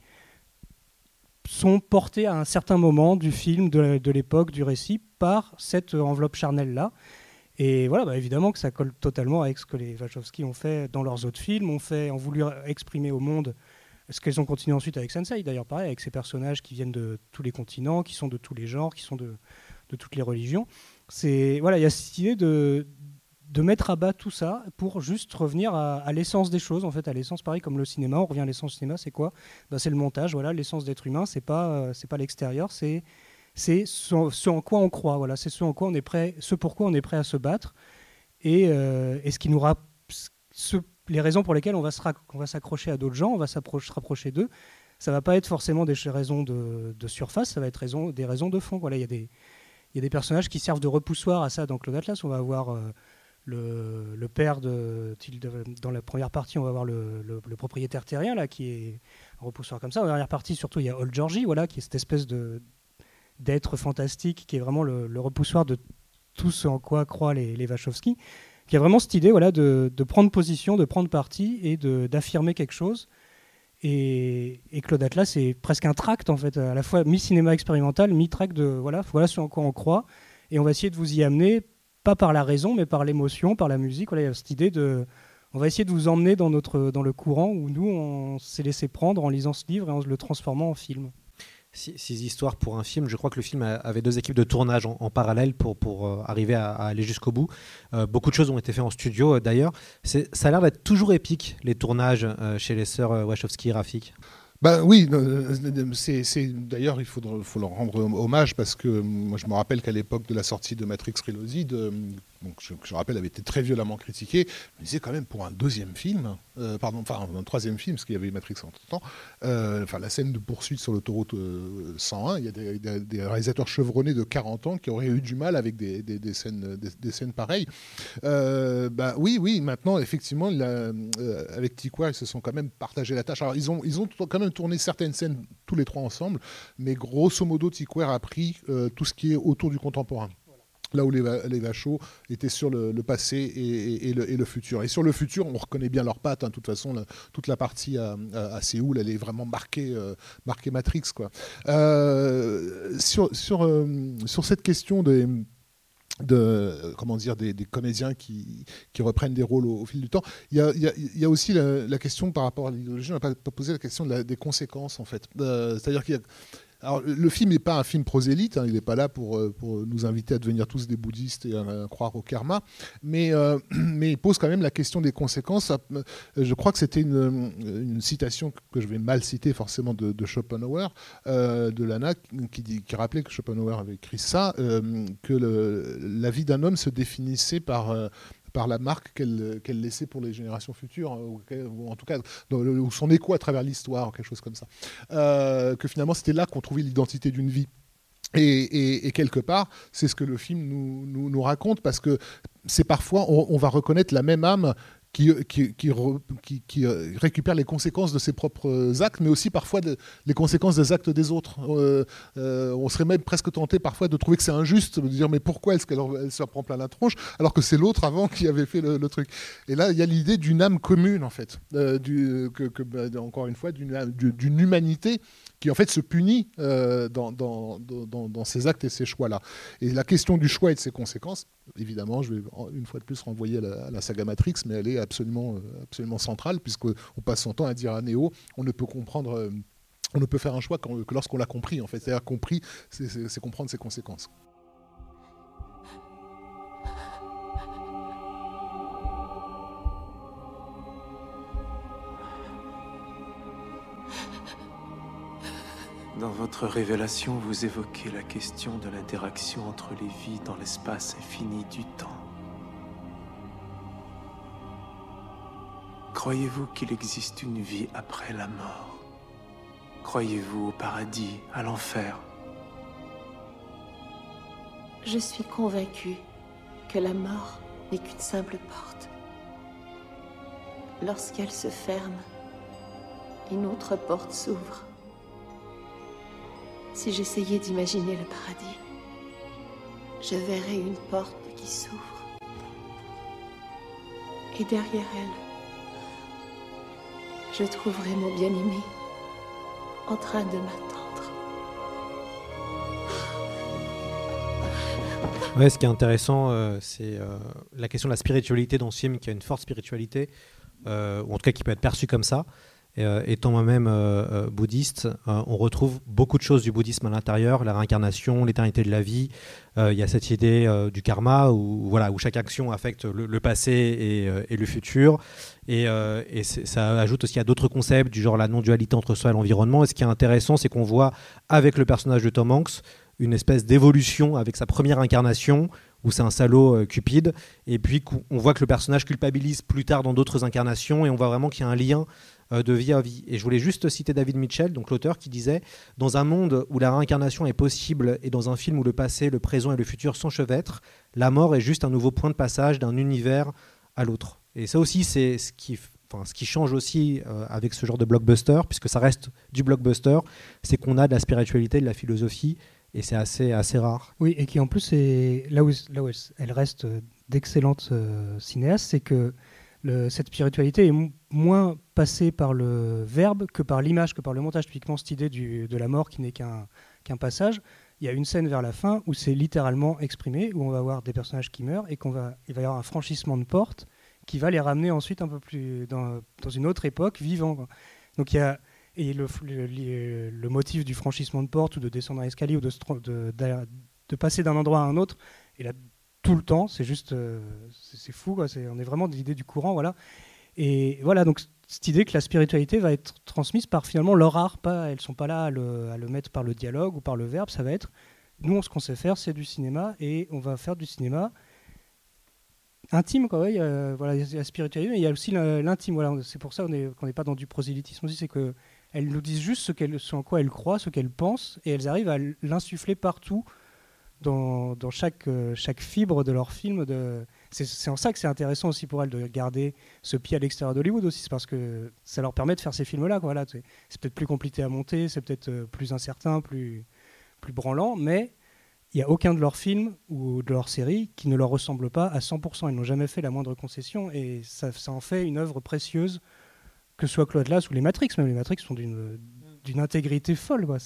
sont portées à un certain moment du film, de l'époque, du récit, par cette enveloppe charnelle-là. Et voilà, évidemment que ça colle totalement avec ce que les Wachowski ont fait dans leurs autres films, ont voulu exprimer au monde ce qu'elles ont continué ensuite avec Sense8, d'ailleurs pareil, avec ces personnages qui viennent de tous les continents, qui sont de tous les genres, qui sont de toutes les religions. Voilà, il y a cette idée de mettre à bas tout ça pour juste revenir à l'essence des choses, en fait, à l'essence, pareil comme le cinéma. On revient à l'essence du cinéma, c'est quoi ? C'est le montage. Voilà, l'essence d'être humain, c'est pas l'extérieur, c'est ce en quoi on croit. Voilà, c'est ce pourquoi on est prêt à se battre et ce qui nous les raisons pour lesquelles on va s'accrocher à d'autres gens, on va se rapprocher d'eux. Ça va pas être forcément des raisons de surface, ça va être des raisons de fond. Voilà, il y a des personnages qui servent de repoussoir à ça dans Claude Atlas. On va avoir le père dans la première partie, on va avoir le propriétaire terrien là, qui est un repoussoir comme ça. Dans la dernière partie, surtout, il y a Old Georgie, voilà, qui est cette espèce d'être fantastique, qui est vraiment le repoussoir de tout ce en quoi croient les Wachowski, qui a vraiment cette idée, voilà, de prendre position, de prendre parti et d'affirmer quelque chose. Et Claude Atlas, c'est presque un tract, en fait, à la fois mi-cinéma expérimental, mi-tract de voilà ce en quoi on croit, et on va essayer de vous y amener, pas par la raison, mais par l'émotion, par la musique. Voilà, il y a cette idée on va essayer de vous emmener dans le courant où nous, on s'est laissé prendre en lisant ce livre et en le transformant en film. 6 histoires pour un film. Je crois que le film avait 2 équipes de tournage en parallèle pour arriver à aller jusqu'au bout. Beaucoup de choses ont été faites en studio d'ailleurs. Ça a l'air d'être toujours épique, les tournages chez les sœurs Wachowski et Rafik. Oui, d'ailleurs il faut leur rendre hommage parce que moi je me rappelle qu'à l'époque de la sortie de Matrix Reloaded, je rappelle avait été très violemment critiqué, mais disait quand même pour un deuxième film, un troisième film, parce qu'il y avait Matrix en temps, la scène de poursuite sur l'autoroute 101, il y a des réalisateurs chevronnés de 40 ans qui auraient eu du mal avec des scènes pareilles. Oui, maintenant effectivement avec Tickwer ils se sont quand même partagé la tâche. Alors ils ont quand même tourné certaines scènes tous les trois ensemble, mais grosso modo Tickwer a pris tout ce qui est autour du contemporain. Là où les Vachos étaient sur le passé et le futur. Et sur le futur, on reconnaît bien leurs pattes. De toute façon, toute la partie à Séoul, elle est vraiment marquée Matrix, quoi. Sur cette question des comédiens qui reprennent des rôles au fil du temps. Il y a aussi la question par rapport à l'idéologie, on n'a pas posé la question des conséquences, en fait. C'est-à-dire qu'il y a... Alors, le film n'est pas un film prosélyte, il n'est pas là pour nous inviter à devenir tous des bouddhistes et à croire au karma, mais il pose quand même la question des conséquences. Je crois que c'était une citation que je vais mal citer forcément de Schopenhauer, de Lana, qui rappelait que Schopenhauer avait écrit ça, que la vie d'un homme se définissait par la marque qu'elle laissait pour les générations futures, ou en tout cas ou son écho à travers l'histoire, quelque chose comme ça. Que finalement, c'était là qu'on trouvait l'identité d'une vie. Et quelque part, c'est ce que le film nous raconte, parce que c'est parfois, on va reconnaître la même âme qui récupère les conséquences de ses propres actes, mais aussi parfois les conséquences des actes des autres. On serait même presque tenté parfois de trouver que c'est injuste, de dire mais pourquoi est-ce qu'elle se prend plein la tronche alors que c'est l'autre avant qui avait fait le truc. Et là, il y a l'idée d'une âme commune, en fait, encore une fois, d'une humanité qui en fait se punit dans ses actes et ses choix-là. Et la question du choix et de ses conséquences, évidemment, je vais une fois de plus renvoyer à la saga Matrix, mais elle est absolument centrale, puisqu'on passe son temps à dire à Neo, on ne peut faire un choix que lorsqu'on l'a compris, en fait. C'est-à-dire compris, c'est comprendre ses conséquences. Dans votre révélation, vous évoquez la question de l'interaction entre les vies dans l'espace infini du temps. Croyez-vous qu'il existe une vie après la mort? Croyez-vous au paradis, à l'enfer? Je suis convaincue que la mort n'est qu'une simple porte. Lorsqu'elle se ferme, une autre porte s'ouvre. Si j'essayais d'imaginer le paradis, je verrais une porte qui s'ouvre. Et derrière elle, je trouverai mon bien-aimé en train de m'attendre. Ouais, ce qui est intéressant, c'est la question de la spiritualité dans ce film, qui a une forte spiritualité, ou en tout cas qui peut être perçue comme ça. étant moi-même bouddhiste, on retrouve beaucoup de choses du bouddhisme à l'intérieur, la réincarnation, l'éternité de la vie. Il y a cette idée du karma où chaque action affecte le passé et le futur. Et ça ajoute aussi à d'autres concepts du genre la non-dualité entre soi et l'environnement. Et ce qui est intéressant, c'est qu'on voit avec le personnage de Tom Hanks une espèce d'évolution avec sa première incarnation où c'est un salaud cupide, et puis on voit que le personnage culpabilise plus tard dans d'autres incarnations, et on voit vraiment qu'il y a un lien de vie à vie. Et je voulais juste citer David Mitchell, donc l'auteur, qui disait « Dans un monde où la réincarnation est possible et dans un film où le passé, le présent et le futur s'enchevêtrent, la mort est juste un nouveau point de passage d'un univers à l'autre. » Et ça aussi, c'est ce qui change aussi avec ce genre de blockbuster, puisque ça reste du blockbuster, c'est qu'on a de la spiritualité, de la philosophie, et c'est assez rare. Oui, et qui en plus, est là où elle reste d'excellente cinéaste, c'est que cette spiritualité est moins passée par le verbe que par l'image, que par le montage. Typiquement, cette idée de la mort qui n'est qu'un passage. Il y a une scène vers la fin où c'est littéralement exprimé, où on va voir des personnages qui meurent et il va y avoir un franchissement de porte qui va les ramener ensuite un peu plus dans une autre époque, vivants, quoi. Donc il y a... Et le motif du franchissement de porte ou de descendre un escalier ou de passer d'un endroit à un autre, et là, tout le temps, c'est juste... c'est fou, quoi. On est vraiment de l'idée du courant, voilà. Et voilà, donc cette idée que la spiritualité va être transmise par finalement leur art, elles ne sont pas là à le mettre par le dialogue ou par le verbe, ça va être... Nous, ce qu'on sait faire, c'est du cinéma, et on va faire du cinéma intime, quoi. Ouais, voilà, il y a la spiritualité, mais il y a aussi l'intime. Voilà, c'est pour ça qu'on n'est pas dans du prosélytisme aussi, c'est que elles nous disent juste ce en quoi elles croient, ce qu'elles pensent, et elles arrivent à l'insuffler partout dans chaque fibre de leur film. C'est en ça que c'est intéressant aussi pour elles de garder ce pied à l'extérieur d'Hollywood aussi, c'est parce que ça leur permet de faire ces films-là. Voilà, c'est peut-être plus compliqué à monter, c'est peut-être plus incertain, plus branlant, mais il n'y a aucun de leurs films ou de leurs séries qui ne leur ressemble pas à 100%. Ils n'ont jamais fait la moindre concession, et ça en fait une œuvre précieuse, que ce soit Claude Lass ou les Matrix. Même les Matrix sont d'une intégrité folle, quoi.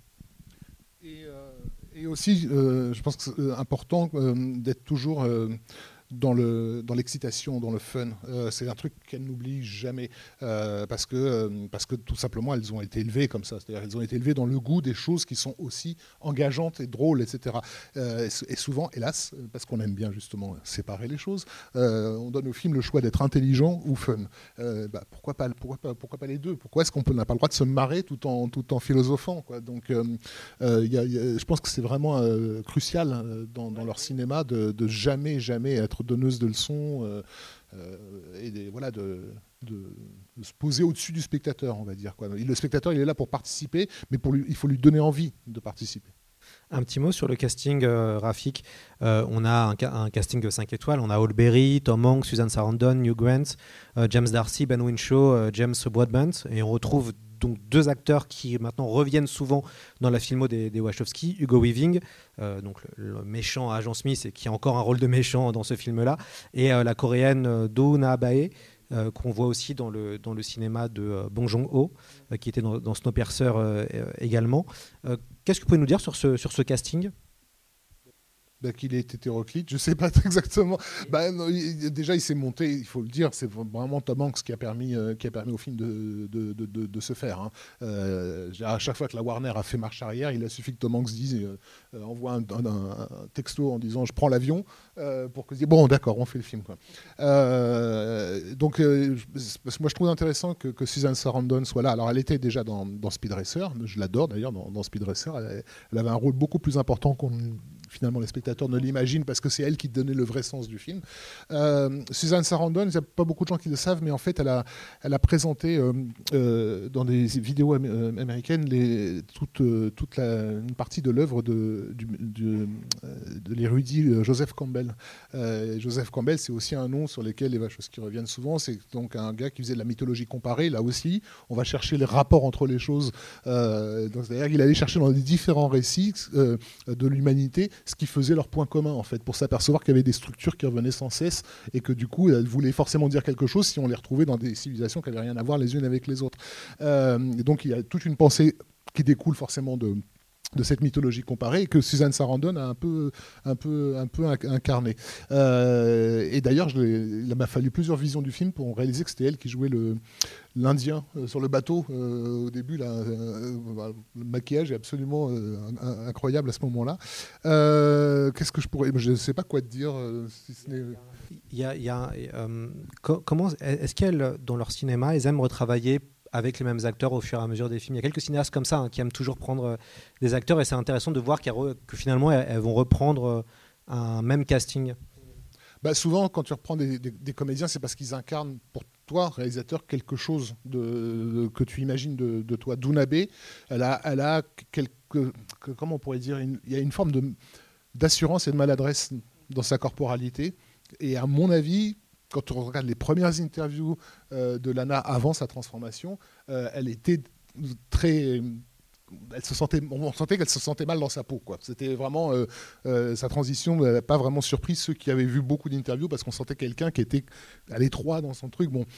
Et aussi, je pense que c'est important d'être toujours dans l'excitation, dans le fun. C'est un truc qu'elles n'oublient jamais, parce que tout simplement, elles ont été élevées comme ça. C'est-à-dire, elles ont été élevées dans le goût des choses qui sont aussi engageantes et drôles, etc. Et souvent, hélas, parce qu'on aime bien justement séparer les choses, on donne au film le choix d'être intelligent ou fun. Pourquoi pas les deux? Pourquoi est-ce qu'on n'a pas le droit de se marrer tout en philosophant, quoi? Donc, je pense que c'est vraiment crucial dans leur cinéma de jamais être donneuse de leçons et de se poser au-dessus du spectateur, on va dire, quoi. Le spectateur, il est là pour participer, mais il faut lui donner envie de participer. Un petit mot sur le casting, Rafik. On a un casting de 5 étoiles. On a Halle Berry, Tom Hanks, Susan Sarandon, Hugh Grant, James D'Arcy, Ben Whishaw, James Broadbent. Et on retrouve donc 2 acteurs qui maintenant reviennent souvent dans la filmo des Wachowski. Hugo Weaving, donc le méchant agent Smith, et qui a encore un rôle de méchant dans ce film-là, et la coréenne Do Na-bae, qu'on voit aussi dans le cinéma de Bong Joon-ho, qui était dans Snowpiercer également. Qu'est-ce que vous pouvez nous dire sur ce casting ? Qu'il est hétéroclite, je ne sais pas exactement. Déjà, il s'est monté, il faut le dire, c'est vraiment Tom Hanks qui a permis au film de se faire. Hein. À chaque fois que la Warner a fait marche arrière, il a suffi que Tom Hanks envoie un texto en disant « je prends l'avion » pour que bon, d'accord, on fait le film, quoi. Donc, moi, je trouve intéressant que Susan Sarandon soit là. Alors, elle était déjà dans Speed Racer, je l'adore d'ailleurs dans Speed Racer. Elle avait un rôle beaucoup plus important finalement les spectateurs ne l'imaginent, parce que c'est elle qui donnait le vrai sens du film. Susan Sarandon, il n'y a pas beaucoup de gens qui le savent, mais en fait, elle a présenté dans des vidéos américaines toute une partie de l'œuvre de l'érudit Joseph Campbell. Joseph Campbell, c'est aussi un nom sur lequel les Wachowski reviennent souvent. C'est donc un gars qui faisait de la mythologie comparée. Là aussi, on va chercher les rapports entre les choses. Donc, c'est-à-dire qu'il allait chercher dans les différents récits de l'humanité ce qui faisait leur point commun, en fait, pour s'apercevoir qu'il y avait des structures qui revenaient sans cesse, et que du coup, elles voulaient forcément dire quelque chose si on les retrouvait dans des civilisations qui n'avaient rien à voir les unes avec les autres. Donc il y a toute une pensée qui découle forcément cette mythologie comparée et que Susan Sarandon a un peu incarné. Et d'ailleurs, il m'a fallu plusieurs visions du film pour réaliser que c'était elle qui jouait l'Indien sur le bateau au début. Le maquillage est absolument incroyable à ce moment-là. Qu'est-ce que je pourrais... Je ne sais pas quoi te dire. Si ce n'est... Comment est-ce qu'elles, dans leur cinéma, elles aiment retravailler avec les mêmes acteurs au fur et à mesure des films? Il y a quelques cinéastes comme ça qui aiment toujours prendre des acteurs, et c'est intéressant de voir que finalement elles vont reprendre un même casting. Souvent, quand tu reprends des comédiens, c'est parce qu'ils incarnent pour toi, réalisateur, quelque chose que tu imagines de toi. Dounabe, elle a comment on pourrait dire, il y a une forme d'assurance et de maladresse dans sa corporalité. Et à mon avis, quand on regarde les premières interviews de Lana avant sa transformation, elle était très... on sentait qu'elle se sentait mal dans sa peau, quoi. C'était vraiment sa transition n'a pas vraiment surpris ceux qui avaient vu beaucoup d'interviews, parce qu'on sentait quelqu'un qui était à l'étroit dans son truc. Bon,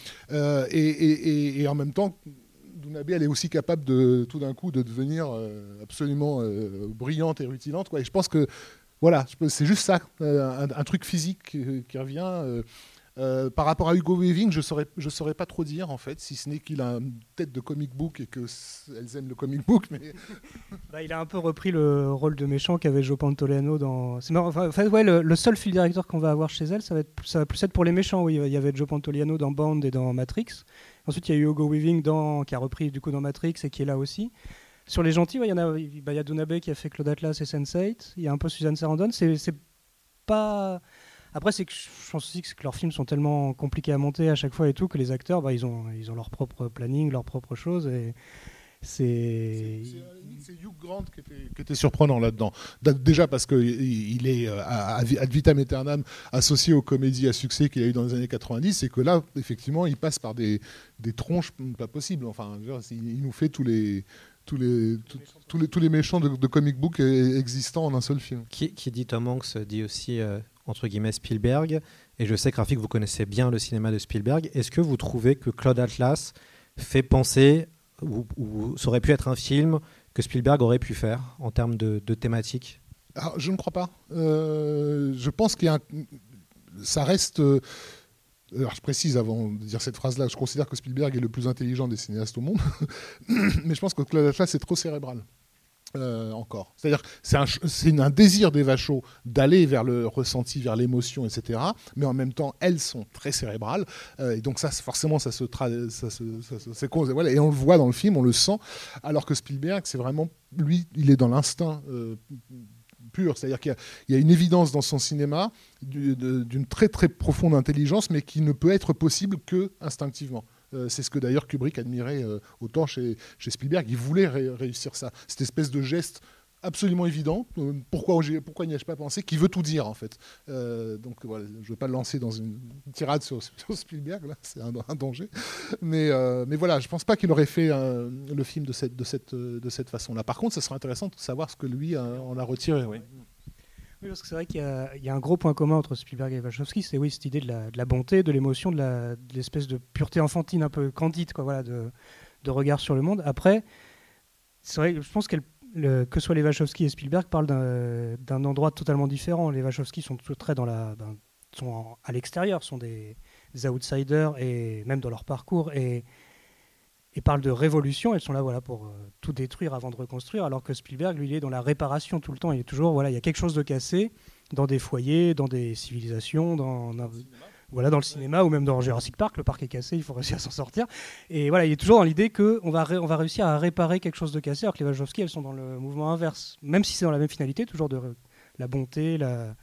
et en même temps, Dounabe, elle est aussi capable tout d'un coup de devenir absolument brillante et rutilante, quoi. Et je pense que voilà, c'est juste ça, un truc physique qui revient. Par rapport à Hugo Weaving, je saurais pas trop dire, en fait, si ce n'est qu'il a une tête de comic book et qu'elles aiment le comic book. Mais... il a un peu repris le rôle de méchant qu'avait Joe Pantoliano dans... C'est marrant, en fait, ouais, le seul fil directeur qu'on va avoir chez elle, ça va plus être pour les méchants. Oui, il y avait Joe Pantoliano dans Bond et dans Matrix. Ensuite, il y a eu Hugo Weaving qui a repris du coup dans Matrix et qui est là aussi. Sur les gentils, il y a Dounabe qui a fait Claude Atlas et Sense8. Il y a un peu Susan Sarandon. C'est pas... Après, c'est que je pense aussi que leurs films sont tellement compliqués à monter à chaque fois et tout, que les acteurs, ils ont leur propre planning, leur propre chose. Et c'est Hugh Grant qui était surprenant là-dedans. Déjà parce qu'il est ad vitam aeternam associé aux comédies à succès qu'il a eu dans les années 90, et que là, effectivement, il passe par des tronches pas possibles. Enfin, il nous fait tous les méchants de comic book existants en un seul film. Qui dit Tom Hanks dit aussi entre guillemets Spielberg, et je sais que Rafik, vous connaissez bien le cinéma de Spielberg. Est-ce que vous trouvez que Claude Atlas fait penser, ou ça aurait pu être un film que Spielberg aurait pu faire en termes de thématique? Alors, je ne crois pas. Je pense ça reste... Alors, je précise avant de dire cette phrase-là, je considère que Spielberg est le plus intelligent des cinéastes au monde, mais je pense que Claude Atlas est trop cérébral. Encore. C'est-à-dire c'est un désir d'Eva Shaw d'aller vers le ressenti, vers l'émotion, etc. Mais en même temps, elles sont très cérébrales. Et donc ça, forcément, voilà. Et on le voit dans le film, on le sent. Alors que Spielberg, c'est vraiment... Lui, il est dans l'instinct pur. C'est-à-dire qu'il y a une évidence dans son cinéma d'une très, très profonde intelligence, mais qui ne peut être possible que instinctivement. C'est ce que d'ailleurs Kubrick admirait autant chez Spielberg. Il voulait réussir ça. Cette espèce de geste absolument évident. Pourquoi n'y ai-je pas pensé? Qui veut tout dire, en fait. Donc voilà, je ne veux pas le lancer dans une tirade sur Spielberg, là, c'est un danger. Mais voilà, je ne pense pas qu'il aurait fait le film de cette façon-là. Par contre, ça serait intéressant de savoir ce que lui en a retiré. Oui. Oui, parce que c'est vrai qu'il y a un gros point commun entre Spielberg et Wachowski, c'est cette idée de la bonté, de l'émotion, de l'espèce de pureté enfantine un peu candide, quoi, voilà, de regard sur le monde. Après, c'est vrai, je pense que ce soit les Wachowski et Spielberg parlent d'un endroit totalement différent. Les Wachowski sont très sont à l'extérieur, sont des outsiders, et même dans leur parcours, et parlent de révolution. Elles sont là, voilà, pour tout détruire avant de reconstruire, alors que Spielberg, lui, il est dans la réparation tout le temps. Il est toujours, voilà, il y a quelque chose de cassé dans des foyers, dans des civilisations, dans le cinéma, ou même dans Jurassic Park. Le parc est cassé, il faut réussir à s'en sortir. Et voilà, il est toujours dans l'idée qu'on va réussir à réparer quelque chose de cassé, alors que les Wachowski, elles sont dans le mouvement inverse. Même si c'est dans la même finalité, toujours de la bonté,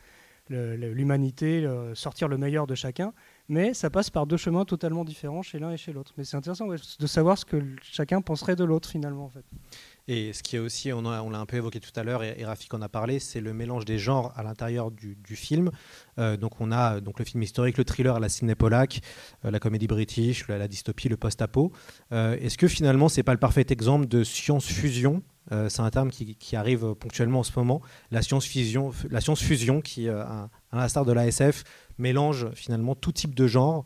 l'humanité, sortir le meilleur de chacun. Mais ça passe par deux chemins totalement différents chez l'un et chez l'autre. Mais c'est intéressant de savoir ce que chacun penserait de l'autre, finalement, en fait. Et ce qui est aussi, on l'a un peu évoqué tout à l'heure, et Rafik en a parlé, c'est le mélange des genres à l'intérieur du film. Donc on a le film historique, le thriller à la Sidney Pollack, la comédie british, la dystopie, le post-apo. Est-ce que finalement, c'est pas le parfait exemple de science-fusion? C'est un terme qui arrive ponctuellement en ce moment. La science-fusion qui, à l'instar de la SF, mélange finalement tout type de genre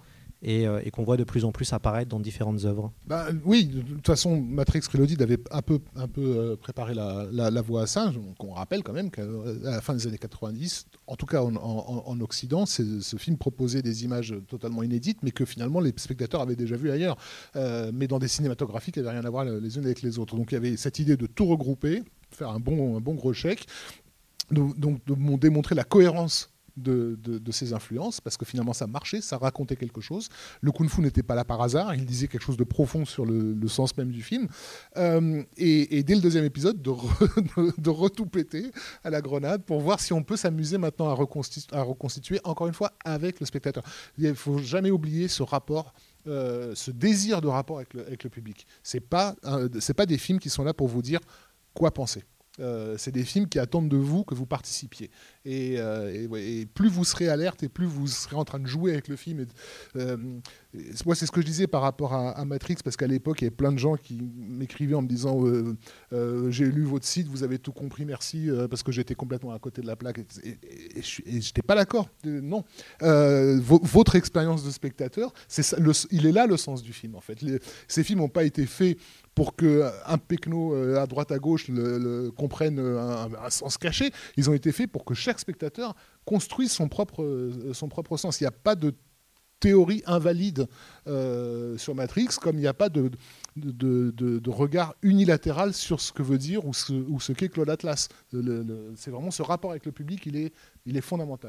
et qu'on voit de plus en plus apparaître dans différentes œuvres. Oui, de toute façon, Matrix Reloaded avait un peu préparé la voie à ça. On rappelle quand même qu'à la fin des années 90, en tout cas en Occident, ce film proposait des images totalement inédites, mais que finalement les spectateurs avaient déjà vu ailleurs, mais dans des cinématographies qui n'avaient rien à voir les unes avec les autres. Donc il y avait cette idée de tout regrouper, faire un bon gros chèque, donc de démontrer la cohérence de ses influences, parce que finalement ça marchait, ça racontait quelque chose. Le kung-fu n'était pas là par hasard, il disait quelque chose de profond sur le sens même du film. Et dès le deuxième épisode, de retout péter à la grenade pour voir si on peut s'amuser maintenant à reconstituer encore une fois avec le spectateur. Il ne faut jamais oublier ce rapport, ce désir de rapport avec le public. C'est pas des films qui sont là pour vous dire quoi penser. C'est des films qui attendent de vous que vous participiez. Et plus vous serez alerte et plus vous serez en train de jouer avec le film. Moi, c'est ce que je disais par rapport à Matrix, parce qu'à l'époque, il y avait plein de gens qui m'écrivaient en me disant j'ai lu votre site, vous avez tout compris, merci, parce que j'étais complètement à côté de la plaque. Et je n'étais pas d'accord. Non. Votre expérience de spectateur, il est là le sens du film, en fait. Ces films n'ont pas été faits pour qu'un pecno à droite à gauche comprenne un sens caché. Ils ont été faits pour que chaque spectateur construise son propre sens. Il n'y a pas de théorie invalide sur Matrix, comme il n'y a pas de regard unilatéral sur ce que veut dire ou ce qu'est Claude Atlas. C'est vraiment ce rapport avec le public, il est fondamental.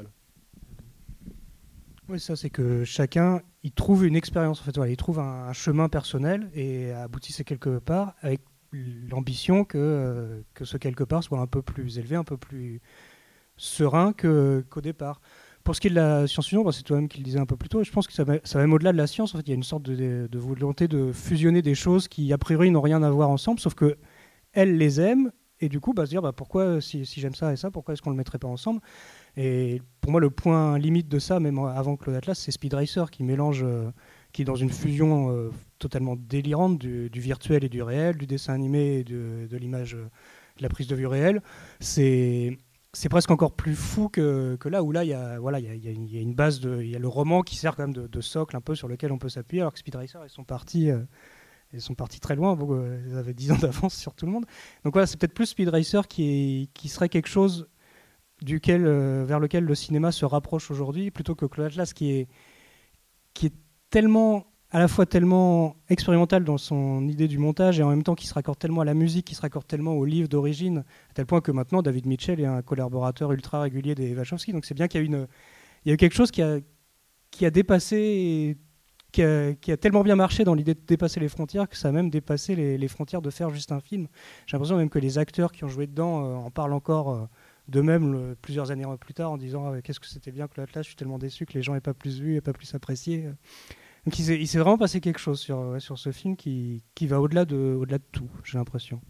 Oui, ça, c'est que chacun, il trouve une expérience, en fait, il trouve un chemin personnel et aboutissait quelque part avec l'ambition que ce quelque part soit un peu plus élevé, un peu plus serein qu'au départ. Pour ce qui est de la science-fiction, c'est toi-même qui le disais un peu plus tôt, je pense que ça va même au-delà de la science. En fait, il y a une sorte de volonté de fusionner des choses qui, a priori, n'ont rien à voir ensemble, sauf qu'elle les aime, et du coup, se dire pourquoi, si j'aime ça et ça, pourquoi est-ce qu'on ne le mettrait pas ensemble ? Et pour moi, le point limite de ça, même avant Claude Atlas, c'est Speed Racer qui mélange, qui est dans une fusion totalement délirante du virtuel et du réel, du dessin animé et de l'image, de la prise de vue réelle. C'est presque encore plus fou que là, où là, il y a une base, il y a le roman qui sert quand même de socle un peu sur lequel on peut s'appuyer, alors que Speed Racer, ils sont partis très loin, ils avaient 10 ans d'avance sur tout le monde. Donc voilà, c'est peut-être plus Speed Racer qui serait quelque chose vers lequel le cinéma se rapproche aujourd'hui, plutôt que Claude Atlas, qui est tellement, à la fois tellement expérimental dans son idée du montage et en même temps qui se raccorde tellement à la musique, qui se raccorde tellement au livre d'origine, à tel point que maintenant David Mitchell est un collaborateur ultra régulier des Wachowski. Donc c'est bien qu'il y a eu quelque chose qui a dépassé, qui a tellement bien marché dans l'idée de dépasser les frontières que ça a même dépassé les frontières de faire juste un film. J'ai l'impression même que les acteurs qui ont joué dedans en parlent encore d'eux-mêmes plusieurs années plus tard en disant qu'est-ce que c'était bien que l'Atlas, je suis tellement déçu que les gens n'aient pas plus vu et pas plus apprécié. Donc il s'est vraiment passé quelque chose sur ce film qui va au-delà de tout, j'ai l'impression.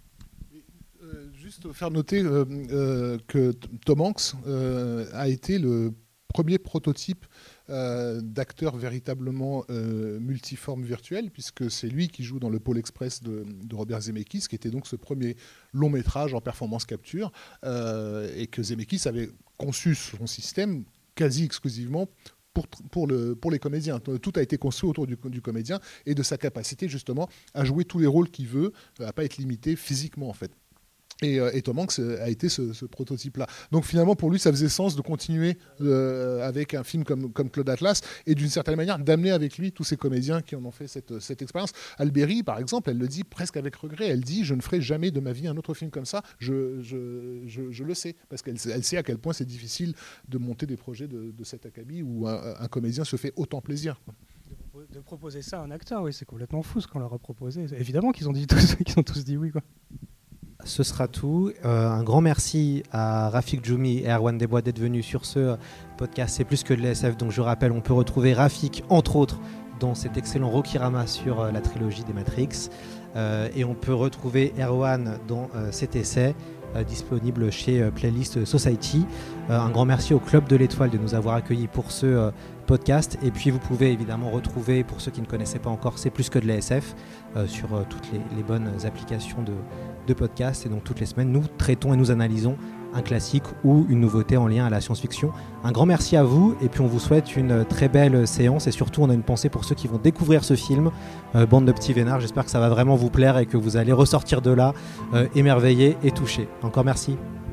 Juste faire noter que Tom Hanks a été le premier prototype d'acteur véritablement multiforme virtuel, puisque c'est lui qui joue dans le Pôle Express de Robert Zemeckis, qui était donc ce premier long métrage en performance capture, et que Zemeckis avait conçu son système quasi exclusivement pour les comédiens. Tout a été construit autour du comédien et de sa capacité justement à jouer tous les rôles qu'il veut, à pas être limité physiquement en fait. Et Tom Hanks a été ce prototype-là. Donc finalement, pour lui, ça faisait sens de continuer avec un film comme Claude Atlas et d'une certaine manière d'amener avec lui tous ces comédiens qui en ont fait cette expérience. Alberi, par exemple, elle le dit presque avec regret. Elle dit « Je ne ferai jamais de ma vie un autre film comme ça. Je le sais. » Parce qu'elle sait à quel point c'est difficile de monter des projets de cet acabit où un comédien se fait autant plaisir. De proposer ça à un acteur, oui, c'est complètement fou ce qu'on leur a proposé. Évidemment qu'ils ont tous dit oui, quoi. Ce sera tout. Un grand merci à Rafik Djoumi et Erwan Desbois d'être venus sur ce podcast. C'est plus que de l'ESF. Donc je rappelle, on peut retrouver Rafik, entre autres, dans cet excellent Rokirama sur la trilogie des Matrix. Et on peut retrouver Erwan dans cet essai disponible chez Playlist Society. Un grand merci au Club de l'Étoile de nous avoir accueillis pour ce podcast. Et puis vous pouvez évidemment retrouver, pour ceux qui ne connaissaient pas encore, C'est plus que de l'ESF sur toutes les bonnes applications de podcast. Et donc toutes les semaines, nous traitons et nous analysons un classique ou une nouveauté en lien à la science-fiction. Un grand merci à vous et puis on vous souhaite une très belle séance et surtout on a une pensée pour ceux qui vont découvrir ce film, Bande de petits vénards. J'espère que ça va vraiment vous plaire et que vous allez ressortir de là émerveillés et touchés. Encore merci.